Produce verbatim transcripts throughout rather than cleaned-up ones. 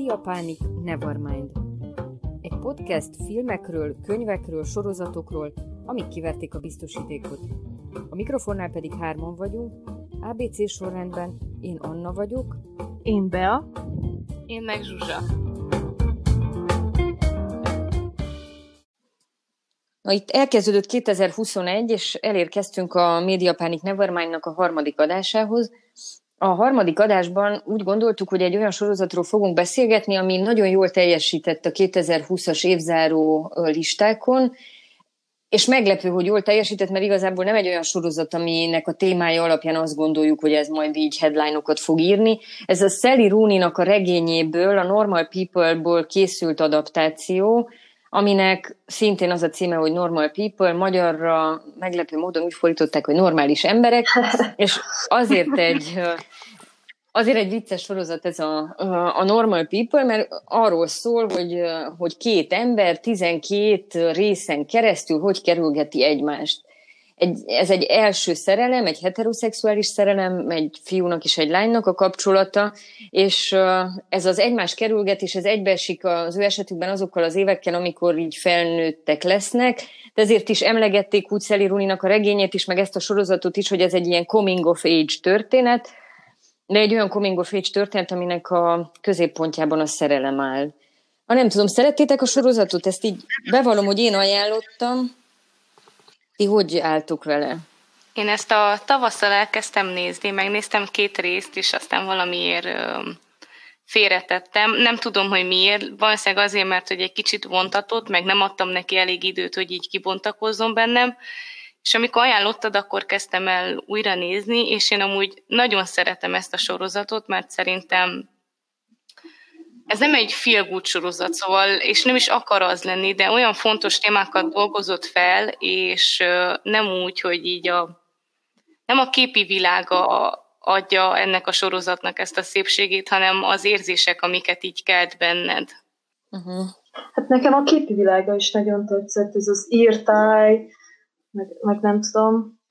Media Panic Nevermind. Egy podcast filmekről, könyvekről, sorozatokról, amik kiverték a biztosítékot. A mikrofonnál pedig hárman vagyunk, á bé cé sorrendben. Én Anna vagyok. Én Bea. Én meg Zsuzsa. Na, itt elkezdődött kétezer-huszonegy, és elérkeztünk a Media Panic Nevermindnak a harmadik adásához. A harmadik adásban úgy gondoltuk, hogy egy olyan sorozatról fogunk beszélgetni, ami nagyon jól teljesített a kétezer-húszas évzáró listákon, és meglepő, hogy jól teljesített, mert igazából nem egy olyan sorozat, aminek a témája alapján azt gondoljuk, hogy ez majd így headline-okat fog írni. Ez a Sally Rooney-nak a regényéből, a Normal People-ból készült adaptáció, aminek szintén az a címe, hogy Normal People, magyarra meglepő módon úgy fordították, hogy normális emberek, és azért egy, azért egy vicces sorozat ez a, a Normal People, mert arról szól, hogy, hogy két ember tizenkét részen keresztül hogy kerülgeti egymást. Egy, ez egy első szerelem, egy heteroszexuális szerelem, egy fiúnak és egy lánynak a kapcsolata, és ez az egymás kerülgetés, ez egybeesik az ő esetükben azokkal az évekkel, amikor így felnőttek lesznek, de ezért is emlegették úgy Sally Rooney-nak a regényét is, meg ezt a sorozatot is, hogy ez egy ilyen coming of age történet, de egy olyan coming of age történet, aminek a középpontjában a szerelem áll. Ha nem tudom, szerettétek a sorozatot? Ezt így bevallom, hogy én ajánlottam. Ti hogy álltok vele? Én ezt a tavasszal elkezdtem nézni, megnéztem két részt, és aztán valamiért félretettem. Nem tudom, hogy miért. Valószínűleg azért, mert hogy egy kicsit vontatott, meg nem adtam neki elég időt, hogy így kibontakozzon bennem. És amikor ajánlottad, akkor kezdtem el újra nézni, és én amúgy nagyon szeretem ezt a sorozatot, mert szerintem ez nem egy feel good sorozat, szóval, és nem is akar az lenni, de olyan fontos témákat dolgozott fel, és nem úgy, hogy így a, nem a képi világa adja ennek a sorozatnak ezt a szépségét, hanem az érzések, amiket így kelt benned. Uh-huh. Hát nekem a képi világa is nagyon tetszett, ez az írtáj, meg, meg nem tudom.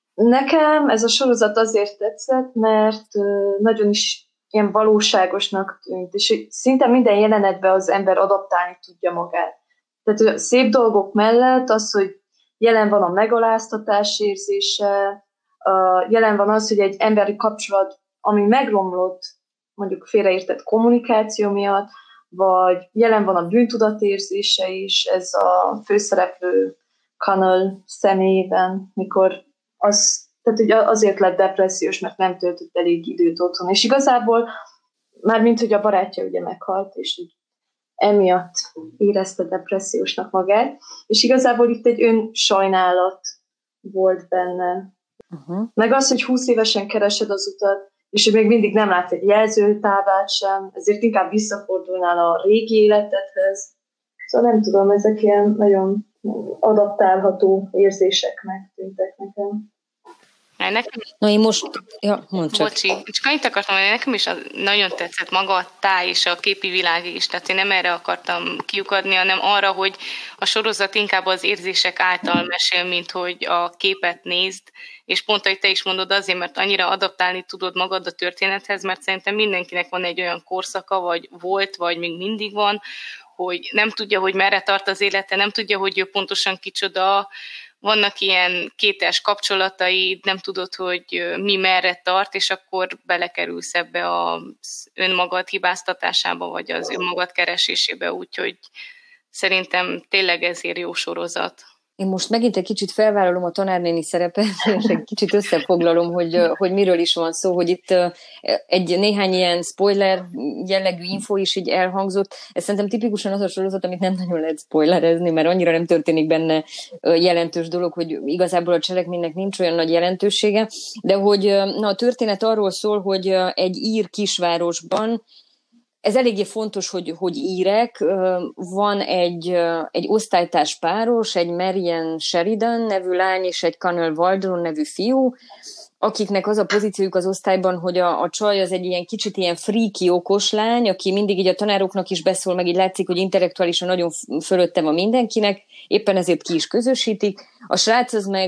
Nekem ez a sorozat azért tetszett, mert nagyon is ilyen valóságosnak tűnt, és szinte minden jelenetben az ember adaptálni tudja magát. Tehát a szép dolgok mellett az, hogy jelen van a megaláztatás érzése, jelen van az, hogy egy emberi kapcsolat, ami megromlott, mondjuk félreértett kommunikáció miatt, vagy jelen van a bűntudat érzése is, ez a főszereplő Connell személyében, mikor az Tehát ugye azért lett depressziós, mert nem töltött elég időt otthon. És igazából, mármint hogy a barátja ugye meghalt, és így emiatt érezte depressziósnak magát. És igazából itt egy önsajnálat volt benne. Uh-huh. Meg az, hogy húsz évesen keresed az utat, és hogy még mindig nem lát egy jelzőtáblát sem, ezért inkább visszafordulnál a régi életedhez. Szóval nem tudom, ezek ilyen nagyon adaptálható érzéseknek tűntek nekem. Nekem... Na én most... Ja, mondd csak. Bocsi, csak annyit akartam, hogy nekem is nagyon tetszett maga a táj és a képi világ is, tehát én nem erre akartam kiukadni, hanem arra, hogy a sorozat inkább az érzések által mesél, mint hogy a képet nézd, és pont, ahogy te is mondod, azért, mert annyira adaptálni tudod magad a történethez, mert szerintem mindenkinek van egy olyan korszaka, vagy volt, vagy még mindig van, hogy nem tudja, hogy merre tart az élete, nem tudja, hogy ő pontosan kicsoda, vannak ilyen kétes kapcsolatai, nem tudod, hogy mi merre tart, és akkor belekerülsz ebbe az önmagad hibáztatásába, vagy az önmagad keresésébe, úgyhogy szerintem tényleg ezért jó sorozat. Én most megint egy kicsit felvállalom a tanárnéni szerepet, és egy kicsit összefoglalom, hogy, hogy miről is van szó, hogy itt egy néhány ilyen spoiler jellegű info is így elhangzott. Ez szerintem tipikusan az a sorozat, amit nem nagyon lehet spoilerezni, mert annyira nem történik benne jelentős dolog, hogy igazából a cselekménynek nincs olyan nagy jelentősége, de hogy na, a történet arról szól, hogy egy ír kisvárosban, ez eléggé fontos, hogy, hogy írek. Van egy, egy osztálytárs páros, egy Marian Sheridan nevű lány és egy Connell Waldron nevű fiú, akiknek az a pozíciójuk az osztályban, hogy a, a csaj az egy ilyen kicsit ilyen freaky okos lány, aki mindig így a tanároknak is beszól, meg így látszik, hogy intellektuálisan nagyon fölötte van mindenkinek, éppen ezért ki is közösítik. A srác az meg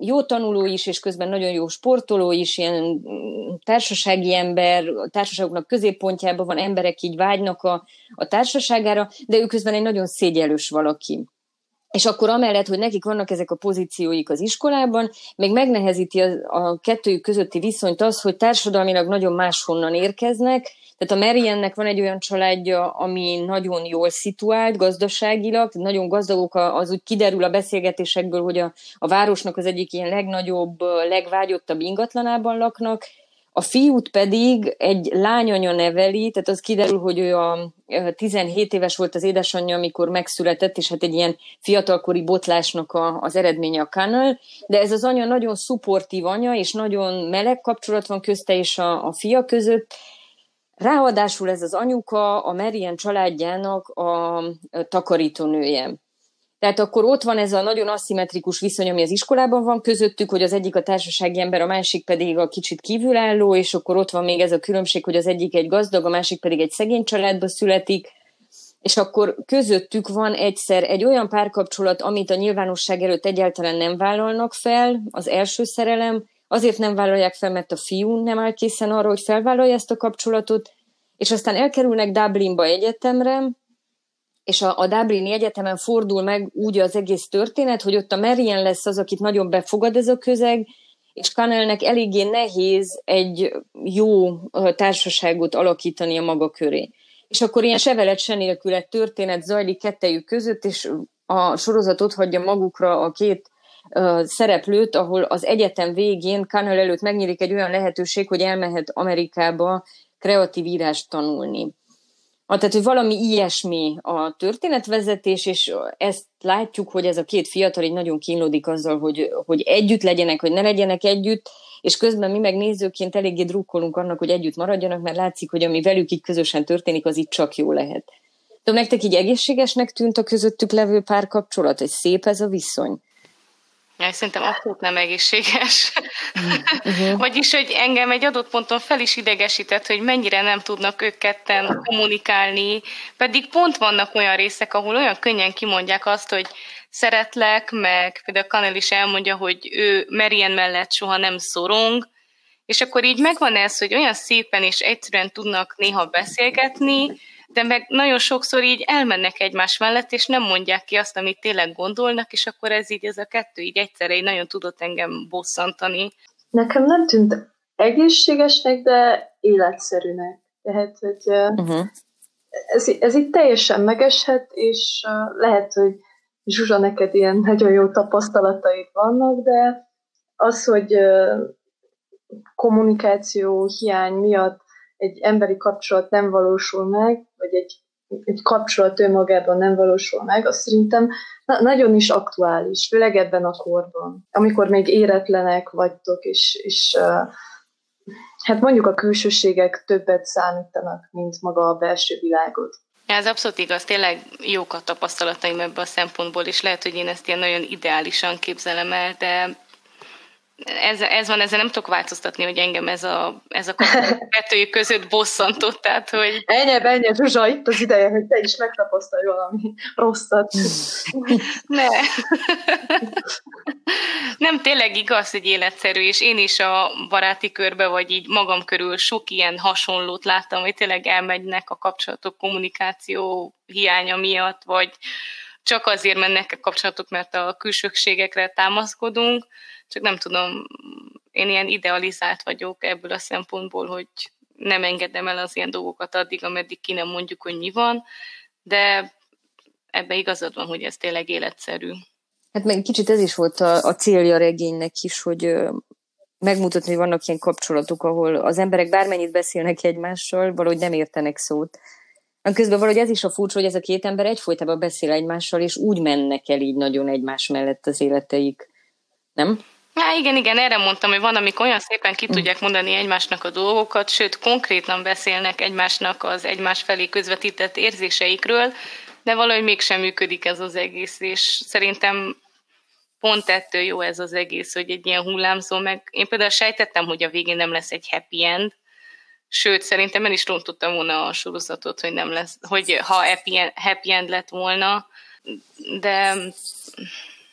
jó tanuló is, és közben nagyon jó sportoló is, ilyen társasági ember, a társaságoknak középpontjában van, emberek így vágynak a, a társaságára, de ő közben egy nagyon szégyellős valaki. És akkor amellett, hogy nekik vannak ezek a pozícióik az iskolában, még megnehezíti a, a kettőjük közötti viszonyt az, hogy társadalmilag nagyon máshonnan érkeznek. Tehát a Mariannek van egy olyan családja, ami nagyon jól szituált gazdaságilag, nagyon gazdagok, az úgy kiderül a beszélgetésekből, hogy a, a városnak az egyik ilyen legnagyobb, legvágyottabb ingatlanában laknak. A fiút pedig egy lányanya neveli, tehát az kiderül, hogy ő a tizenhét éves volt az édesanyja, amikor megszületett, és hát egy ilyen fiatalkori botlásnak a, az eredménye a Connell, de ez az anya nagyon szupportív anya, és nagyon meleg kapcsolat van közte és a, a fia között. Ráadásul ez az anyuka a Marian családjának a takarítónője. Tehát akkor ott van ez a nagyon aszimmetrikus viszony, ami az iskolában van közöttük, hogy az egyik a társasági ember, a másik pedig a kicsit kívülálló, és akkor ott van még ez a különbség, hogy az egyik egy gazdag, a másik pedig egy szegény családba születik, és akkor közöttük van egyszer egy olyan párkapcsolat, amit a nyilvánosság előtt egyáltalán nem vállalnak fel, az első szerelem, azért nem vállalják fel, mert a fiú nem áll készen arra, hogy felvállalja ezt a kapcsolatot, és aztán elkerülnek Dublinba egyetemre, és a, a Dublini Egyetemen fordul meg úgy az egész történet, hogy ott a Marian lesz az, akit nagyon befogad ez a közeg, és Connellnek eléggé nehéz egy jó társaságot alakítani a maga köré. És akkor ilyen sevelet se nélkület történet zajlik kettejük között, és a sorozat ott hagyja magukra a két uh, szereplőt, ahol az egyetem végén Connell előtt megnyílik egy olyan lehetőség, hogy elmehet Amerikába kreatív írást tanulni. Tehát, hogy valami ilyesmi a történetvezetés, és ezt látjuk, hogy ez a két fiatal így nagyon kínlódik azzal, hogy, hogy együtt legyenek, hogy ne legyenek együtt, és közben mi meg nézőként eléggé drukkolunk annak, hogy együtt maradjanak, mert látszik, hogy ami velük így közösen történik, az itt csak jó lehet. De nektek így egészségesnek tűnt a közöttük levő párkapcsolat, hogy szép ez a viszony? Ja, szerintem abszolút nem egészséges. Uh-huh. Vagyis, hogy engem egy adott ponton fel is idegesített, hogy mennyire nem tudnak ők ketten kommunikálni, pedig pont vannak olyan részek, ahol olyan könnyen kimondják azt, hogy szeretlek, meg például Connell is elmondja, hogy ő Marian mellett soha nem szorong, és akkor így megvan ez, hogy olyan szépen és egyszerűen tudnak néha beszélgetni, de meg nagyon sokszor így elmennek egymás mellett, és nem mondják ki azt, amit tényleg gondolnak, és akkor ez így, ez a kettő így egyszerre így nagyon tudott engem bosszantani. Nekem nem tűnt egészségesnek, de életszerűnek. Tehát, hogy uh-huh. ez, ez így teljesen megeshet, és lehet, hogy Zsuzsa, neked ilyen nagyon jó tapasztalataid vannak, de az, hogy kommunikáció hiány miatt egy emberi kapcsolat nem valósul meg, vagy egy, egy kapcsolat önmagában nem valósul meg, az szerintem na- nagyon is aktuális, főleg ebben a korban, amikor még éretlenek vagytok, és, és uh, hát mondjuk a külsőségek többet számítanak, mint maga a belső világod. Ez abszolút igaz, tényleg jók a tapasztalataim ebből a szempontból, és lehet, hogy én ezt ilyen nagyon ideálisan képzelem el, de Ez, ez van, ezzel nem tudok változtatni, hogy engem ez a, ez a kettőjük között bosszantott, tehát, hogy... Ennyi, ennyi, Zsuzsa, itt az ideje, hogy te is megtapasztalj valami rosszat. Ne. Nem, tényleg igaz, hogy életszerű, és én is a baráti körbe, vagy így magam körül sok ilyen hasonlót láttam, hogy tényleg elmegynek a kapcsolatok kommunikáció hiánya miatt, vagy csak azért mennek a kapcsolatok, mert a külsőségekre támaszkodunk, csak nem tudom, én ilyen idealizált vagyok ebből a szempontból, hogy nem engedem el az ilyen dolgokat addig, ameddig ki nem mondjuk, hogy mi van, de ebbe igazad van, hogy ez tényleg életszerű. Hát meg kicsit ez is volt a, a célja a regénynek is, hogy ö, megmutatni, hogy vannak ilyen kapcsolatok, ahol az emberek bármennyit beszélnek egymással, valahogy nem értenek szót. Közben valahogy ez is a furcsa, hogy ez a két ember egyfolytában beszél egymással, és úgy mennek el így nagyon egymás mellett az életeik. Nem? Há, igen, igen, erre mondtam, hogy van, amik olyan szépen ki tudják mondani egymásnak a dolgokat, sőt, konkrétan beszélnek egymásnak az egymás felé közvetített érzéseikről, de valahogy mégsem működik ez az egész, és szerintem pont ettől jó ez az egész, hogy egy ilyen hullámzó, meg én például sejtettem, hogy a végén nem lesz egy happy end, sőt, szerintem el is rontottam volna a sorozatot, hogy nem lesz, hogy ha happy end, happy end lett volna, de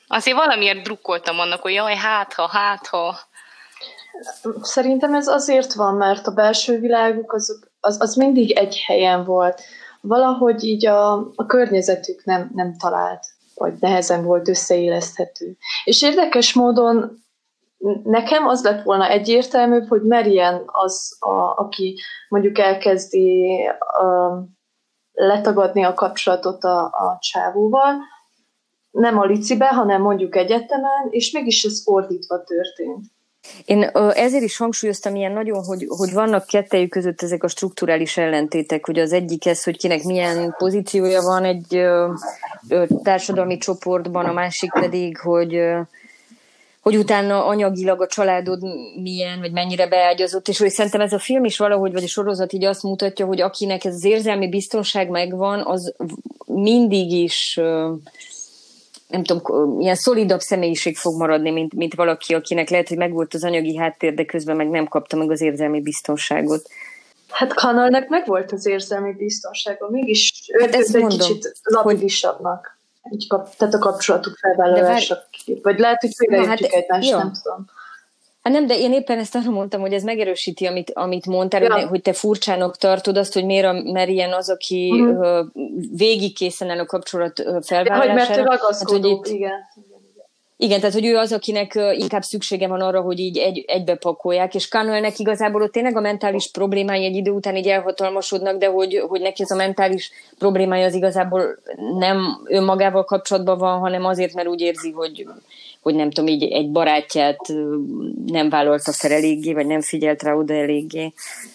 Azért valamiért drukkoltam annak, hogy jaj, hát ha, hát ha. Szerintem ez azért van, mert a belső világuk az, az, az mindig egy helyen volt. Valahogy így a, a környezetük nem, nem talált, vagy nehezen volt összeéleszthető. És érdekes módon nekem az lett volna egyértelműbb, hogy Marian az, a, aki mondjuk elkezdi a, letagadni a kapcsolatot a, a csávóval, nem a licibe, hanem mondjuk egyetemen, és mégis ez fordítva történt. Én ezért is hangsúlyoztam ilyen nagyon, hogy, hogy vannak kettejük között ezek a strukturális ellentétek, hogy az egyik ez, hogy kinek milyen pozíciója van egy ö, ö, társadalmi csoportban, a másik pedig, hogy, ö, hogy utána anyagilag a családod milyen, vagy mennyire beágyazott, és hogy szerintem ez a film is valahogy, vagy a sorozat így azt mutatja, hogy akinek ez az érzelmi biztonság megvan, az mindig is... Ö, nem tudom, ilyen szolidabb személyiség fog maradni, mint, mint valaki, akinek lehet, hogy megvolt az anyagi háttér, de közben meg nem kapta meg az érzelmi biztonságot. Hát Connellnek megvolt az érzelmi biztonsága, mégis ő hát egy mondom, kicsit labilisabbnak. Hogy... Tehát a kapcsolatuk felvállalása. Vár... Vagy lehet, hogy félreértjük hát, egymást, nem tudom. Hát nem, de én éppen ezt arra mondtam, hogy ez megerősíti, amit, amit mondtál, ja. hogy te furcsának tartod azt, hogy miért a Marian az, aki uh-huh. végig készen áll a kapcsolat felvállalására. Hogy mert ő ragaszkodó, hát, igen. Igen, tehát hogy ő az, akinek inkább szüksége van arra, hogy így egy, egybe pakolják, és Connellnek igazából ott tényleg a mentális problémái egy idő után így elhatalmasodnak, de hogy, hogy neki ez a mentális problémája az igazából nem önmagával kapcsolatban van, hanem azért, mert úgy érzi, hogy hogy nem tudom, így egy barátját nem vállalta fel eléggé, vagy nem figyelt rá oda eléggé.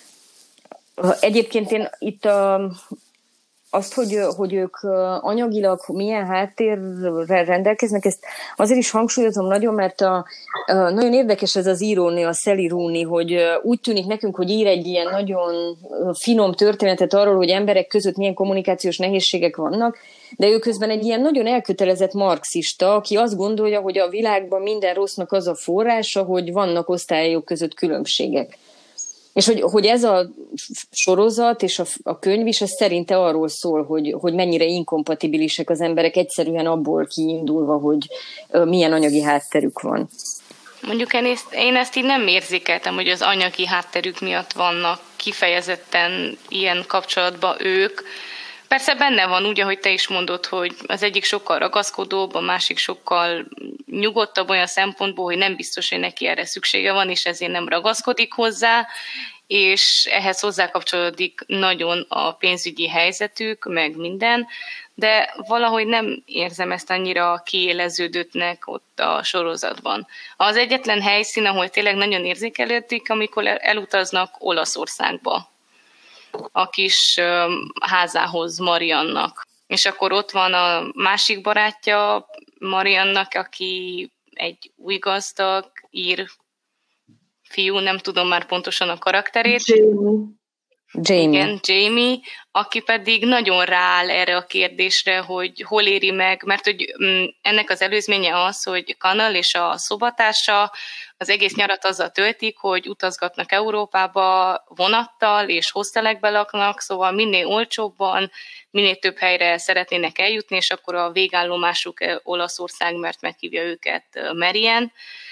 Egyébként én itt a, azt, hogy, hogy ők anyagilag milyen háttérrel rendelkeznek, ezt azért is hangsúlyozom nagyon, mert a, a, nagyon érdekes ez az írónő, a Sally Rooney, hogy úgy tűnik nekünk, hogy ír egy ilyen nagyon finom történetet arról, hogy emberek között milyen kommunikációs nehézségek vannak, de ő közben egy ilyen nagyon elkötelezett marxista, aki azt gondolja, hogy a világban minden rossznak az a forrása, hogy vannak osztályok között különbségek. És hogy, hogy ez a sorozat és a, a könyv is, az szerinte arról szól, hogy, hogy mennyire inkompatibilisek az emberek, egyszerűen abból kiindulva, hogy milyen anyagi hátterük van. Mondjuk én ezt, én ezt így nem érzékeltem, hogy az anyagi hátterük miatt vannak kifejezetten ilyen kapcsolatban ők. Persze benne van úgy, ahogy te is mondod, hogy az egyik sokkal ragaszkodóbb, a másik sokkal nyugodtabb olyan szempontból, hogy nem biztos, hogy neki erre szüksége van, és ezért nem ragaszkodik hozzá, és ehhez hozzákapcsolódik nagyon a pénzügyi helyzetük, meg minden, de valahogy nem érzem ezt annyira kiéleződöttnek ott a sorozatban. Az egyetlen helyszín, ahol tényleg nagyon érzékelődik, amikor elutaznak Olaszországba a kis házához Mariannak. És akkor ott van a másik barátja Mariannak, aki egy új gazdag ír fiú, nem tudom már pontosan a karakterét. Jamie. Jamie. Igen, Jamie, aki pedig nagyon rááll erre a kérdésre, hogy hol éri meg, mert hogy ennek az előzménye az, hogy Connell és a szobatársa az egész nyarat azzal töltik, hogy utazgatnak Európába vonattal, és hostelekbe laknak, szóval minél olcsóbban, minél több helyre szeretnének eljutni, és akkor a végállomásuk Olaszország, mert meghívja őket Marian,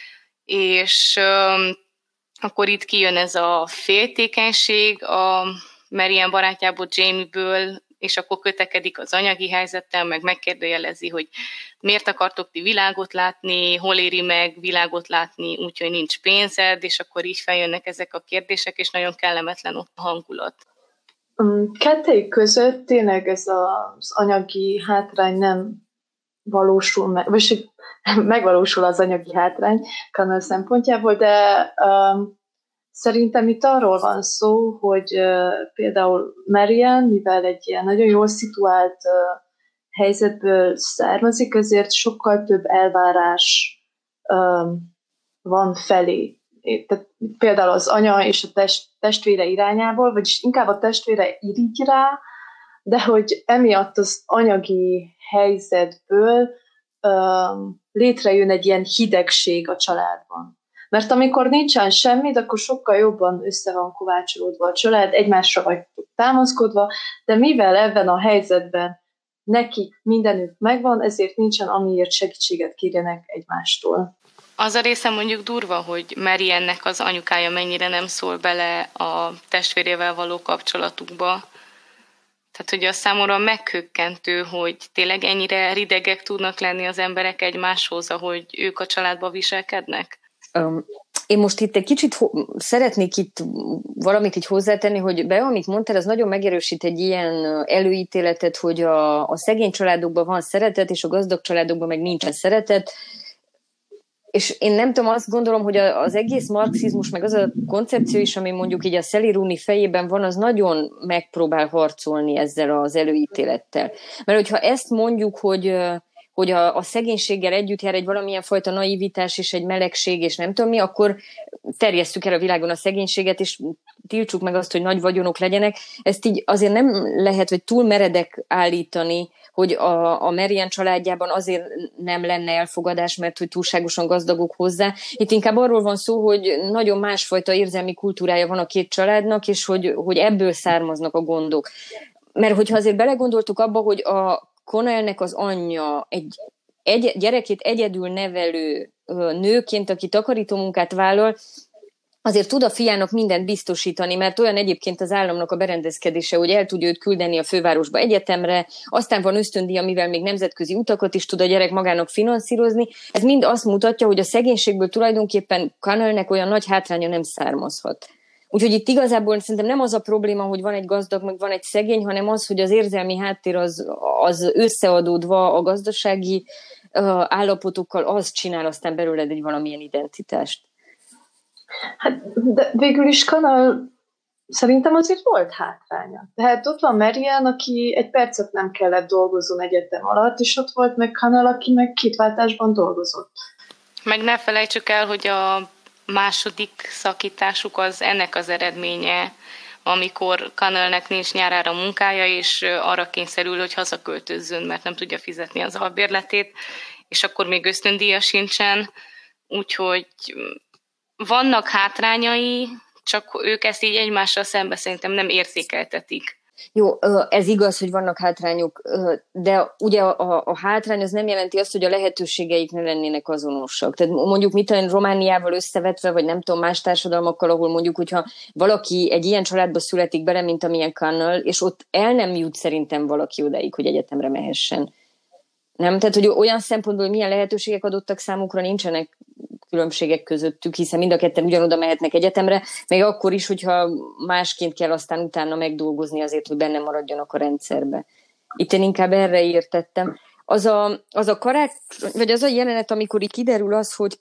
és akkor itt kijön ez a féltékenység a Marian barátjából, Jamie-ből, és akkor kötekedik az anyagi helyzettel, meg megkérdőjelezi, hogy miért akartok ti világot látni, hol éri meg világot látni, úgyhogy nincs pénzed, és akkor így feljönnek ezek a kérdések, és nagyon kellemetlen ott a hangulat. Kettejük között tényleg ez az anyagi hátrány nem valósul meg, vagy megvalósul az anyagi hátrány Connell szempontjából, de um, szerintem itt arról van szó, hogy uh, például Marian, mivel egy ilyen nagyon jól szituált uh, helyzetből származik, ezért sokkal több elvárás um, van felé. Tehát például az anya és a test, testvére irányából, vagyis inkább a testvére irigy rá, de hogy emiatt az anyagi helyzetből um, létrejön egy ilyen hidegség a családban. Mert amikor nincsen semmit, akkor sokkal jobban össze van kovácsolódva a család, egymásra vagy támaszkodva, de mivel ebben a helyzetben nekik mindenük megvan, ezért nincsen, amiért segítséget kérjenek egymástól. Az a része mondjuk durva, hogy Mariannek az anyukája mennyire nem szól bele a testvérével való kapcsolatukba. Tehát, hogy a számomra megkökkentő, hogy tényleg ennyire ridegek tudnak lenni az emberek egymáshoz, ahogy ők a családban viselkednek? Um, én most itt egy kicsit ho- szeretnék itt valamit így hozzátenni, hogy be, amit mondtál, az nagyon megerősít egy ilyen előítéletet, hogy a, a szegény családokban van szeretet, és a gazdag családokban meg nincsen szeretet. És én nem tudom, azt gondolom, hogy az egész marxizmus, meg az a koncepció is, ami mondjuk így a Sally Rooney fejében van, az nagyon megpróbál harcolni ezzel az előítélettel. Mert hogyha ezt mondjuk, hogy, hogy a, a szegénységgel együtt jár egy valamilyen fajta naivitás és egy melegség, és nem tudom mi, akkor terjesszük el a világon a szegénységet, és tiltsuk meg azt, hogy nagy vagyonok legyenek. Ezt így azért nem lehet, hogy túl meredek állítani, hogy a, a Marian családjában azért nem lenne elfogadás, mert hogy túlságosan gazdagok hozzá. Itt inkább arról van szó, hogy nagyon másfajta érzelmi kultúrája van a két családnak, és hogy, hogy ebből származnak a gondok. Mert hogyha azért belegondoltuk abba, hogy a Connellnek az anyja egy, egy gyerekét egyedül nevelő nőként, aki takarító munkát vállal, azért tud a fiának mindent biztosítani, mert olyan egyébként az államnak a berendezkedése, hogy el tudja őt küldeni a fővárosba egyetemre, aztán van ösztöndíj, amivel még nemzetközi utakat is tud a gyerek magának finanszírozni. Ez mind azt mutatja, hogy a szegénységből tulajdonképpen Connellnek olyan nagy hátránya nem származhat. Úgyhogy itt igazából szerintem nem az a probléma, hogy van egy gazdag, meg van egy szegény, hanem az, hogy az érzelmi háttér az, az összeadódva a gazdasági uh, állapotokkal, az csinál aztán belőled egy valamilyen identitást. Hát, de végül is Connell szerintem azért volt hátránya. Tehát ott van Marian, aki egy percet nem kellett dolgozzon egyetem alatt, és ott volt meg Connell, aki meg két váltásban dolgozott. Meg ne felejtsük el, hogy a második szakításuk az ennek az eredménye, amikor Connellnek nincs nyárára munkája, és arra kényszerül, hogy hazaköltözzön, mert nem tudja fizetni az albérletét, és akkor még ösztöndíja sincsen, úgyhogy vannak hátrányai, csak ők ezt így egymással szembe szerintem nem érzékeltetik. Jó, ez igaz, hogy vannak hátrányok, de ugye a, a hátrány az nem jelenti azt, hogy a lehetőségeik ne lennének azonosak. Tehát mondjuk mit olyan Romániával összevetve, vagy nem tudom, más társadalmakkal, ahol mondjuk, hogyha valaki egy ilyen családba születik bele, mint amilyen Connell, és ott el nem jut szerintem valaki odáig, hogy egyetemre mehessen. Nem? Tehát, hogy olyan szempontból milyen lehetőségek adottak számukra, nincsenek különbségek közöttük, hiszen mind a ketten ugyanoda mehetnek egyetemre, meg akkor is, hogyha másként kell aztán utána megdolgozni azért, hogy benne maradjanak a rendszerbe. Itt én inkább erre értettem. Az a, az a karács, vagy az a jelenet, amikor így kiderül az, hogy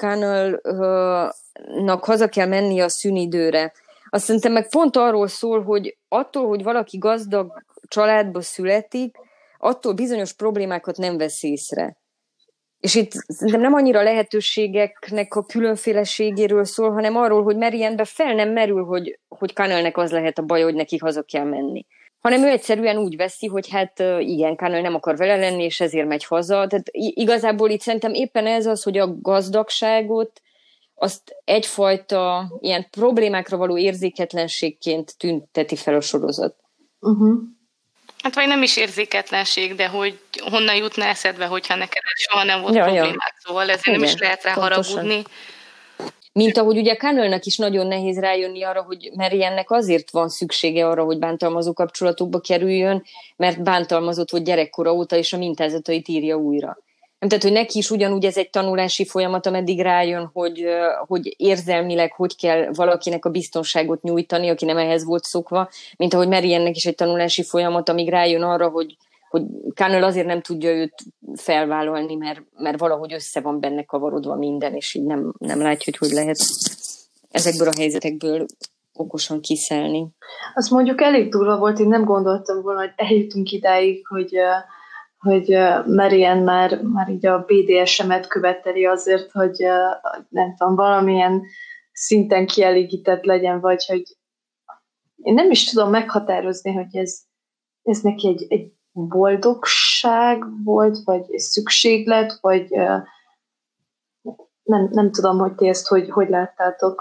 Connellnak haza kell menni a szünidőre, azt szerintem meg pont arról szól, hogy attól, hogy valaki gazdag családba születik, attól bizonyos problémákat nem vesz észre. És itt szerintem nem annyira lehetőségeknek a különféleségéről szól, hanem arról, hogy Marianbe fel nem merül, hogy, hogy Connellnek az lehet a baj, hogy neki haza kell menni. Hanem ő egyszerűen úgy veszi, hogy hát igen, Connell nem akar vele lenni, és ezért megy haza. Tehát igazából itt szerintem éppen ez az, hogy a gazdagságot azt egyfajta ilyen problémákra való érzéketlenségként tünteti fel a sorozat. Uh-huh. Hát vagy nem is érzéketlenség, de hogy honnan jutna eszedbe, hogyha neked soha nem volt ja, problémák, ja. szóval ezért igen, nem is lehet rá pontosan haragudni. Mint ahogy ugye Connellnek is nagyon nehéz rájönni arra, hogy Mariannek azért van szüksége arra, hogy bántalmazó kapcsolatokba kerüljön, mert bántalmazott volt gyerekkora óta, és a mintázatait írja újra. Tehát, hogy neki is ugyanúgy ez egy tanulási folyamat, ameddig rájön, hogy, hogy érzelmileg hogy kell valakinek a biztonságot nyújtani, aki nem ehhez volt szokva, mint ahogy Mariannek is egy tanulási folyamat, amíg rájön arra, hogy, hogy Connell azért nem tudja őt felvállalni, mert, mert valahogy össze van benne kavarodva minden, és így nem, nem látja, hogy hogy lehet ezekből a helyzetekből okosan kiszelni. Az mondjuk elég durva volt, én nem gondoltam volna, hogy eljutunk idáig, hogy hogy Marian már, már így a bé dé es em-et követeli azért, hogy nem tudom, valamilyen szinten kielégített legyen, vagy hogy én nem is tudom meghatározni, hogy ez, ez neki egy, egy boldogság volt, vagy egy szükséglet, vagy nem, nem tudom, hogy ti ezt hogy, hogy láttátok.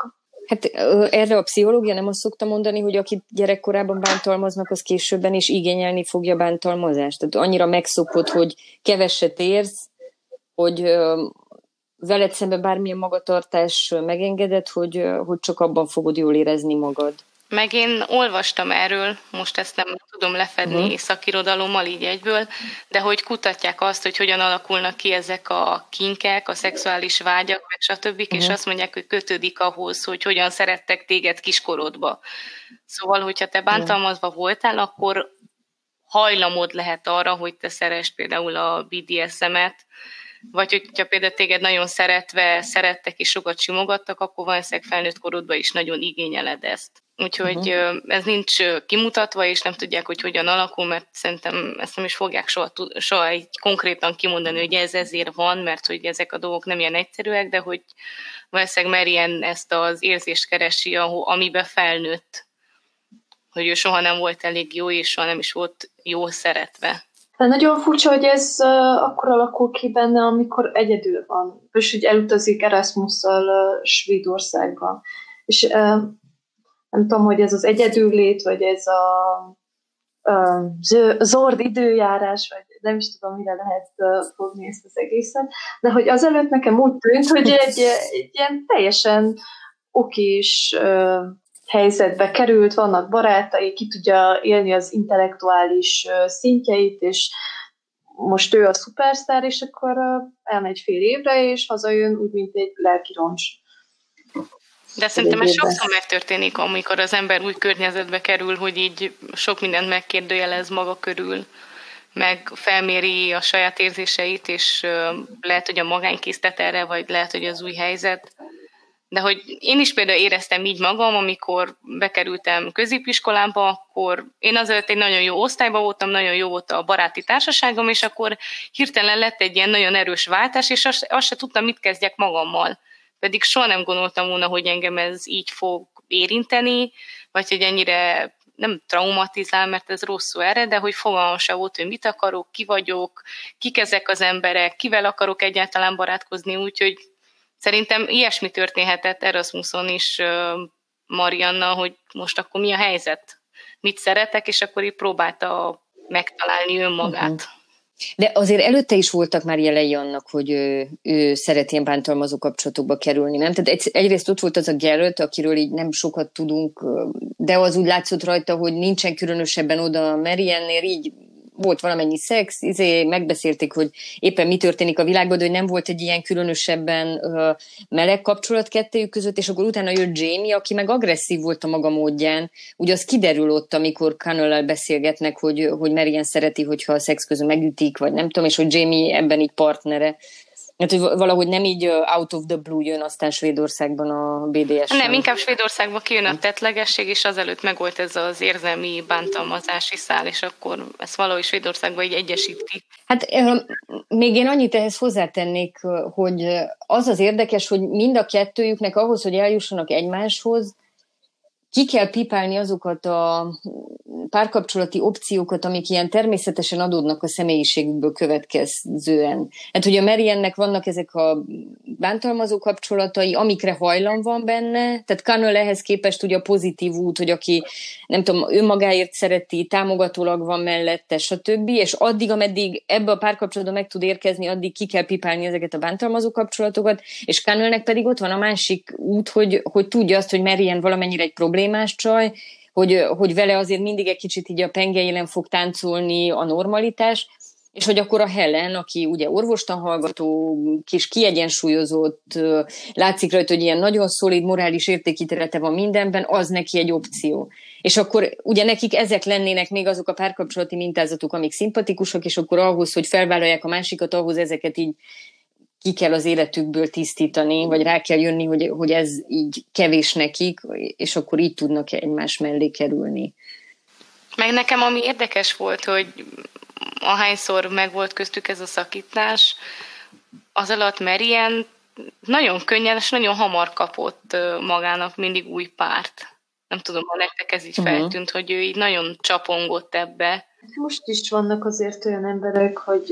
Hát erre a pszichológia nem azt szokta mondani, hogy akit gyerekkorában bántalmaznak, az későbben is igényelni fogja bántalmazást. Tehát annyira megszokod, hogy keveset érsz, hogy veled szemben bármilyen magatartás megengedett, hogy, hogy csak abban fogod jól érezni magad. Meg én olvastam erről, most ezt nem tudom lefedni uh-huh. szakirodalommal így egyből, de hogy kutatják azt, hogy hogyan alakulnak ki ezek a kinkek, a szexuális vágyak, meg stb. Uh-huh. És azt mondják, hogy kötődik ahhoz, hogy hogyan szerettek téged kiskorodba. Szóval, hogyha te bántalmazva voltál, akkor hajlamod lehet arra, hogy te szeresd például a bé dé es em-et, vagy hogyha például téged nagyon szeretve szerettek és sokat simogattak, akkor valószínűleg felnőtt korodban is nagyon igényeled ezt. Úgyhogy uh-huh. ez nincs kimutatva, és nem tudják, hogy hogyan alakul, mert szerintem ezt nem is fogják soha, soha így konkrétan kimondani, hogy ez ezért van, mert hogy ezek a dolgok nem ilyen egyszerűek, de hogy valószínűleg Marian ezt az érzést keresi, amiben felnőtt, hogy ő soha nem volt elég jó, és soha nem is volt jól szeretve. De nagyon furcsa, hogy ez uh, akkor alakul ki benne, amikor egyedül van, és hogy elutazik Erasmusszal uh, Svédországba. És uh, nem tudom, hogy ez az egyedüllét, vagy ez a uh, zord időjárás, vagy nem is tudom, mire lehet uh, fogni ezt az egészet, de hogy azelőtt nekem úgy tűnt, hogy egy, egy ilyen teljesen okés uh, helyzetbe került, vannak barátai, ki tudja élni az intellektuális szintjeit, és most ő a szupersztár, és akkor elmegy fél évre, és hazajön úgy, mint egy lelki roncs. De szerintem ez sokszor megtörténik, amikor az ember új környezetbe kerül, hogy így sok mindent megkérdőjelez maga körül, meg felméri a saját érzéseit, és lehet, hogy a magány késztet erre, vagy lehet, hogy az új helyzet. De hogy én is például éreztem így magam, amikor bekerültem középiskolába, akkor én azért egy nagyon jó osztályban voltam, nagyon jó volt a baráti társaságom, és akkor hirtelen lett egy ilyen nagyon erős váltás, és azt, azt se tudtam, mit kezdjek magammal. Pedig soha nem gondoltam volna, hogy engem ez így fog érinteni, vagy hogy ennyire nem traumatizál, mert ez rossz szó erre, de hogy fogalmam sem volt, hogy mit akarok, ki vagyok, kik ezek az emberek, kivel akarok egyáltalán barátkozni, úgyhogy szerintem ilyesmi történhetett Erasmuson is Marianna, hogy most akkor mi a helyzet? Mit szeretek, és akkor így próbálta megtalálni önmagát. Uh-huh. De azért előtte is voltak már jelei annak, hogy ő, ő szeret ilyen bántalmazó kapcsolatokba kerülni, nem? Tehát egy, egyrészt ott volt az a Garrett, akiről így nem sokat tudunk, de az úgy látszott rajta, hogy nincsen különösebben oda Mariannél, így volt valamennyi szex, izé, megbeszélték, hogy éppen mi történik a világban, de hogy nem volt egy ilyen különösebben uh, meleg kapcsolat kettejük között, és akkor utána jött Jamie, aki meg agresszív volt a maga módján. Ugye az kiderül ott, amikor Connell-el beszélgetnek, hogy, hogy Marian szereti, hogyha a szex közben megütik, vagy nem tudom, és hogy Jamie ebben így partnere. Hát, hogy valahogy nem így out of the blue jön aztán Svédországban a bé dé es. Nem, inkább Svédországban kijön a tettlegesség, és azelőtt meg volt ez az érzelmi bántalmazási szál, és akkor ezt valahogy Svédországban így egyesítik. Hát még én annyit ehhez hozzátennék, hogy az az érdekes, hogy mind a kettőjüknek ahhoz, hogy eljussanak egymáshoz, ki kell pipálni azokat a párkapcsolati opciókat, amik ilyen természetesen adódnak a személyiségükből következően. Hát, hogy a Mariannek vannak ezek a bántalmazó kapcsolatai, amikre hajlam van benne, tehát Connell ehhez képest ugye a pozitív út, hogy aki, nem tudom, önmagáért szereti, támogatólag van mellette, stb. És addig, ameddig ebbe a párkapcsolatba meg tud érkezni, addig ki kell pipálni ezeket a bántalmazó kapcsolatokat, és Connellnek pedig ott van a másik út, hogy, hogy tudja azt, hogy Marian valamennyire egy problémás csaj, hogy, hogy vele azért mindig egy kicsit így a pengeélen fog táncolni a normalitás, és hogy akkor a Helen, aki ugye orvostan hallgató, kis kiegyensúlyozott, látszik rajta, hogy ilyen nagyon szolid morális értékítélete van mindenben, az neki egy opció. És akkor ugye nekik ezek lennének még azok a párkapcsolati mintázatok, amik szimpatikusak, és akkor ahhoz, hogy felvállalják a másikat, ahhoz ezeket így ki kell az életükből tisztítani, vagy rá kell jönni, hogy, hogy ez így kevés nekik, és akkor így tudnak egymás mellé kerülni. Meg nekem ami érdekes volt, hogy ahányszor megvolt köztük ez a szakítás, az alatt Marian nagyon könnyen és nagyon hamar kapott magának mindig új párt. Nem tudom, ha nektek ez így feltűnt, uh-huh. hogy ő így nagyon csapongott ebbe. Most is vannak azért olyan emberek, hogy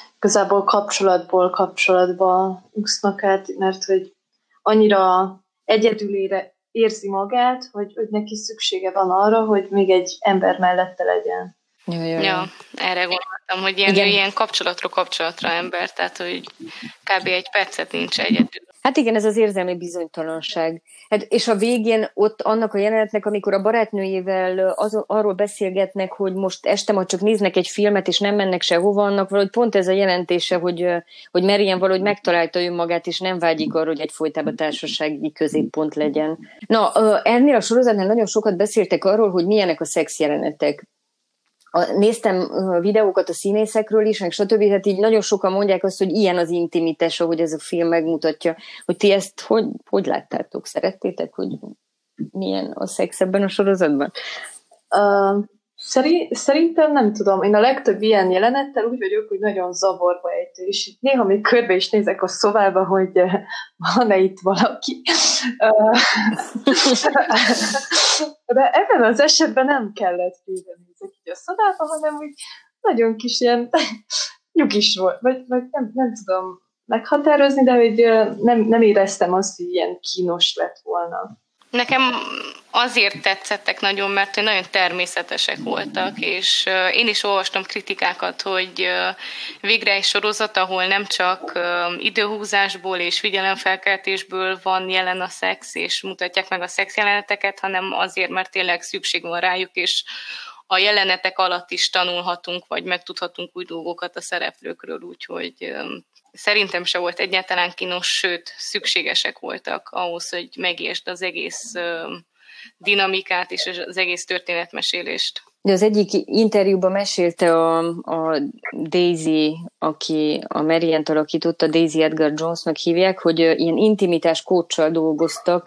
igazából kapcsolatból kapcsolatba úsznak át, mert hogy annyira egyedülére érzi magát, hogy, hogy neki szüksége van arra, hogy még egy ember mellette legyen. Ja, ja, ja. ja erre gondoltam, hogy ilyen, ilyen kapcsolatról kapcsolatra ember, tehát hogy kb. Egy percet nincs egyedül. Hát igen, ez az érzelmi bizonytalanság. Hát, és a végén ott annak a jelenetnek, amikor a barátnőjével az, arról beszélgetnek, hogy most este majd csak néznek egy filmet, és nem mennek sehova, annak valahogy pont ez a jelentése, hogy, hogy Marian valahogy megtalálta önmagát, és nem vágyik arra, hogy egyfolytában társasági középpont legyen. Na, ennél a sorozatnál nagyon sokat beszéltek arról, hogy milyenek a szex jelenetek. A, néztem videókat a színészekről is, meg stb. Hát így nagyon sokan mondják azt, hogy ilyen az intimitás, ahogy ez a film megmutatja. Hogy ti ezt hogy, hogy láttátok? Szerettétek, hogy milyen a szex ebben a sorozatban? Uh, szerint, szerintem nem tudom. Én a legtöbb ilyen jelenettel úgy vagyok, hogy nagyon zavarba ejtő. És néha még körbe is nézek a szobába, hogy van-e itt valaki. Uh, de ebben az esetben nem kellett nézek így a szobába, hanem úgy nagyon kis ilyen nyugis volt. Vagy, vagy nem, nem tudom meghatározni, de hogy nem, nem éreztem azt, hogy ilyen kínos lett volna. Nekem azért tetszettek nagyon, mert nagyon természetesek voltak, és én is olvastam kritikákat, hogy végre egy sorozat, ahol nem csak időhúzásból és figyelemfelkeltésből van jelen a szex, és mutatják meg a szex jeleneteket, hanem azért, mert tényleg szükség van rájuk, és a jelenetek alatt is tanulhatunk, vagy megtudhatunk új dolgokat a szereplőkről, úgyhogy szerintem se volt egyáltalán kínos, sőt, szükségesek voltak ahhoz, hogy megértsd az egész dinamikát és az egész történetmesélést. De az egyik interjúban mesélte a, a Daisy, aki a Mariant alakította, Daisy Edgar Jonesnak hívják, hogy ilyen intimitás coachsal dolgoztak.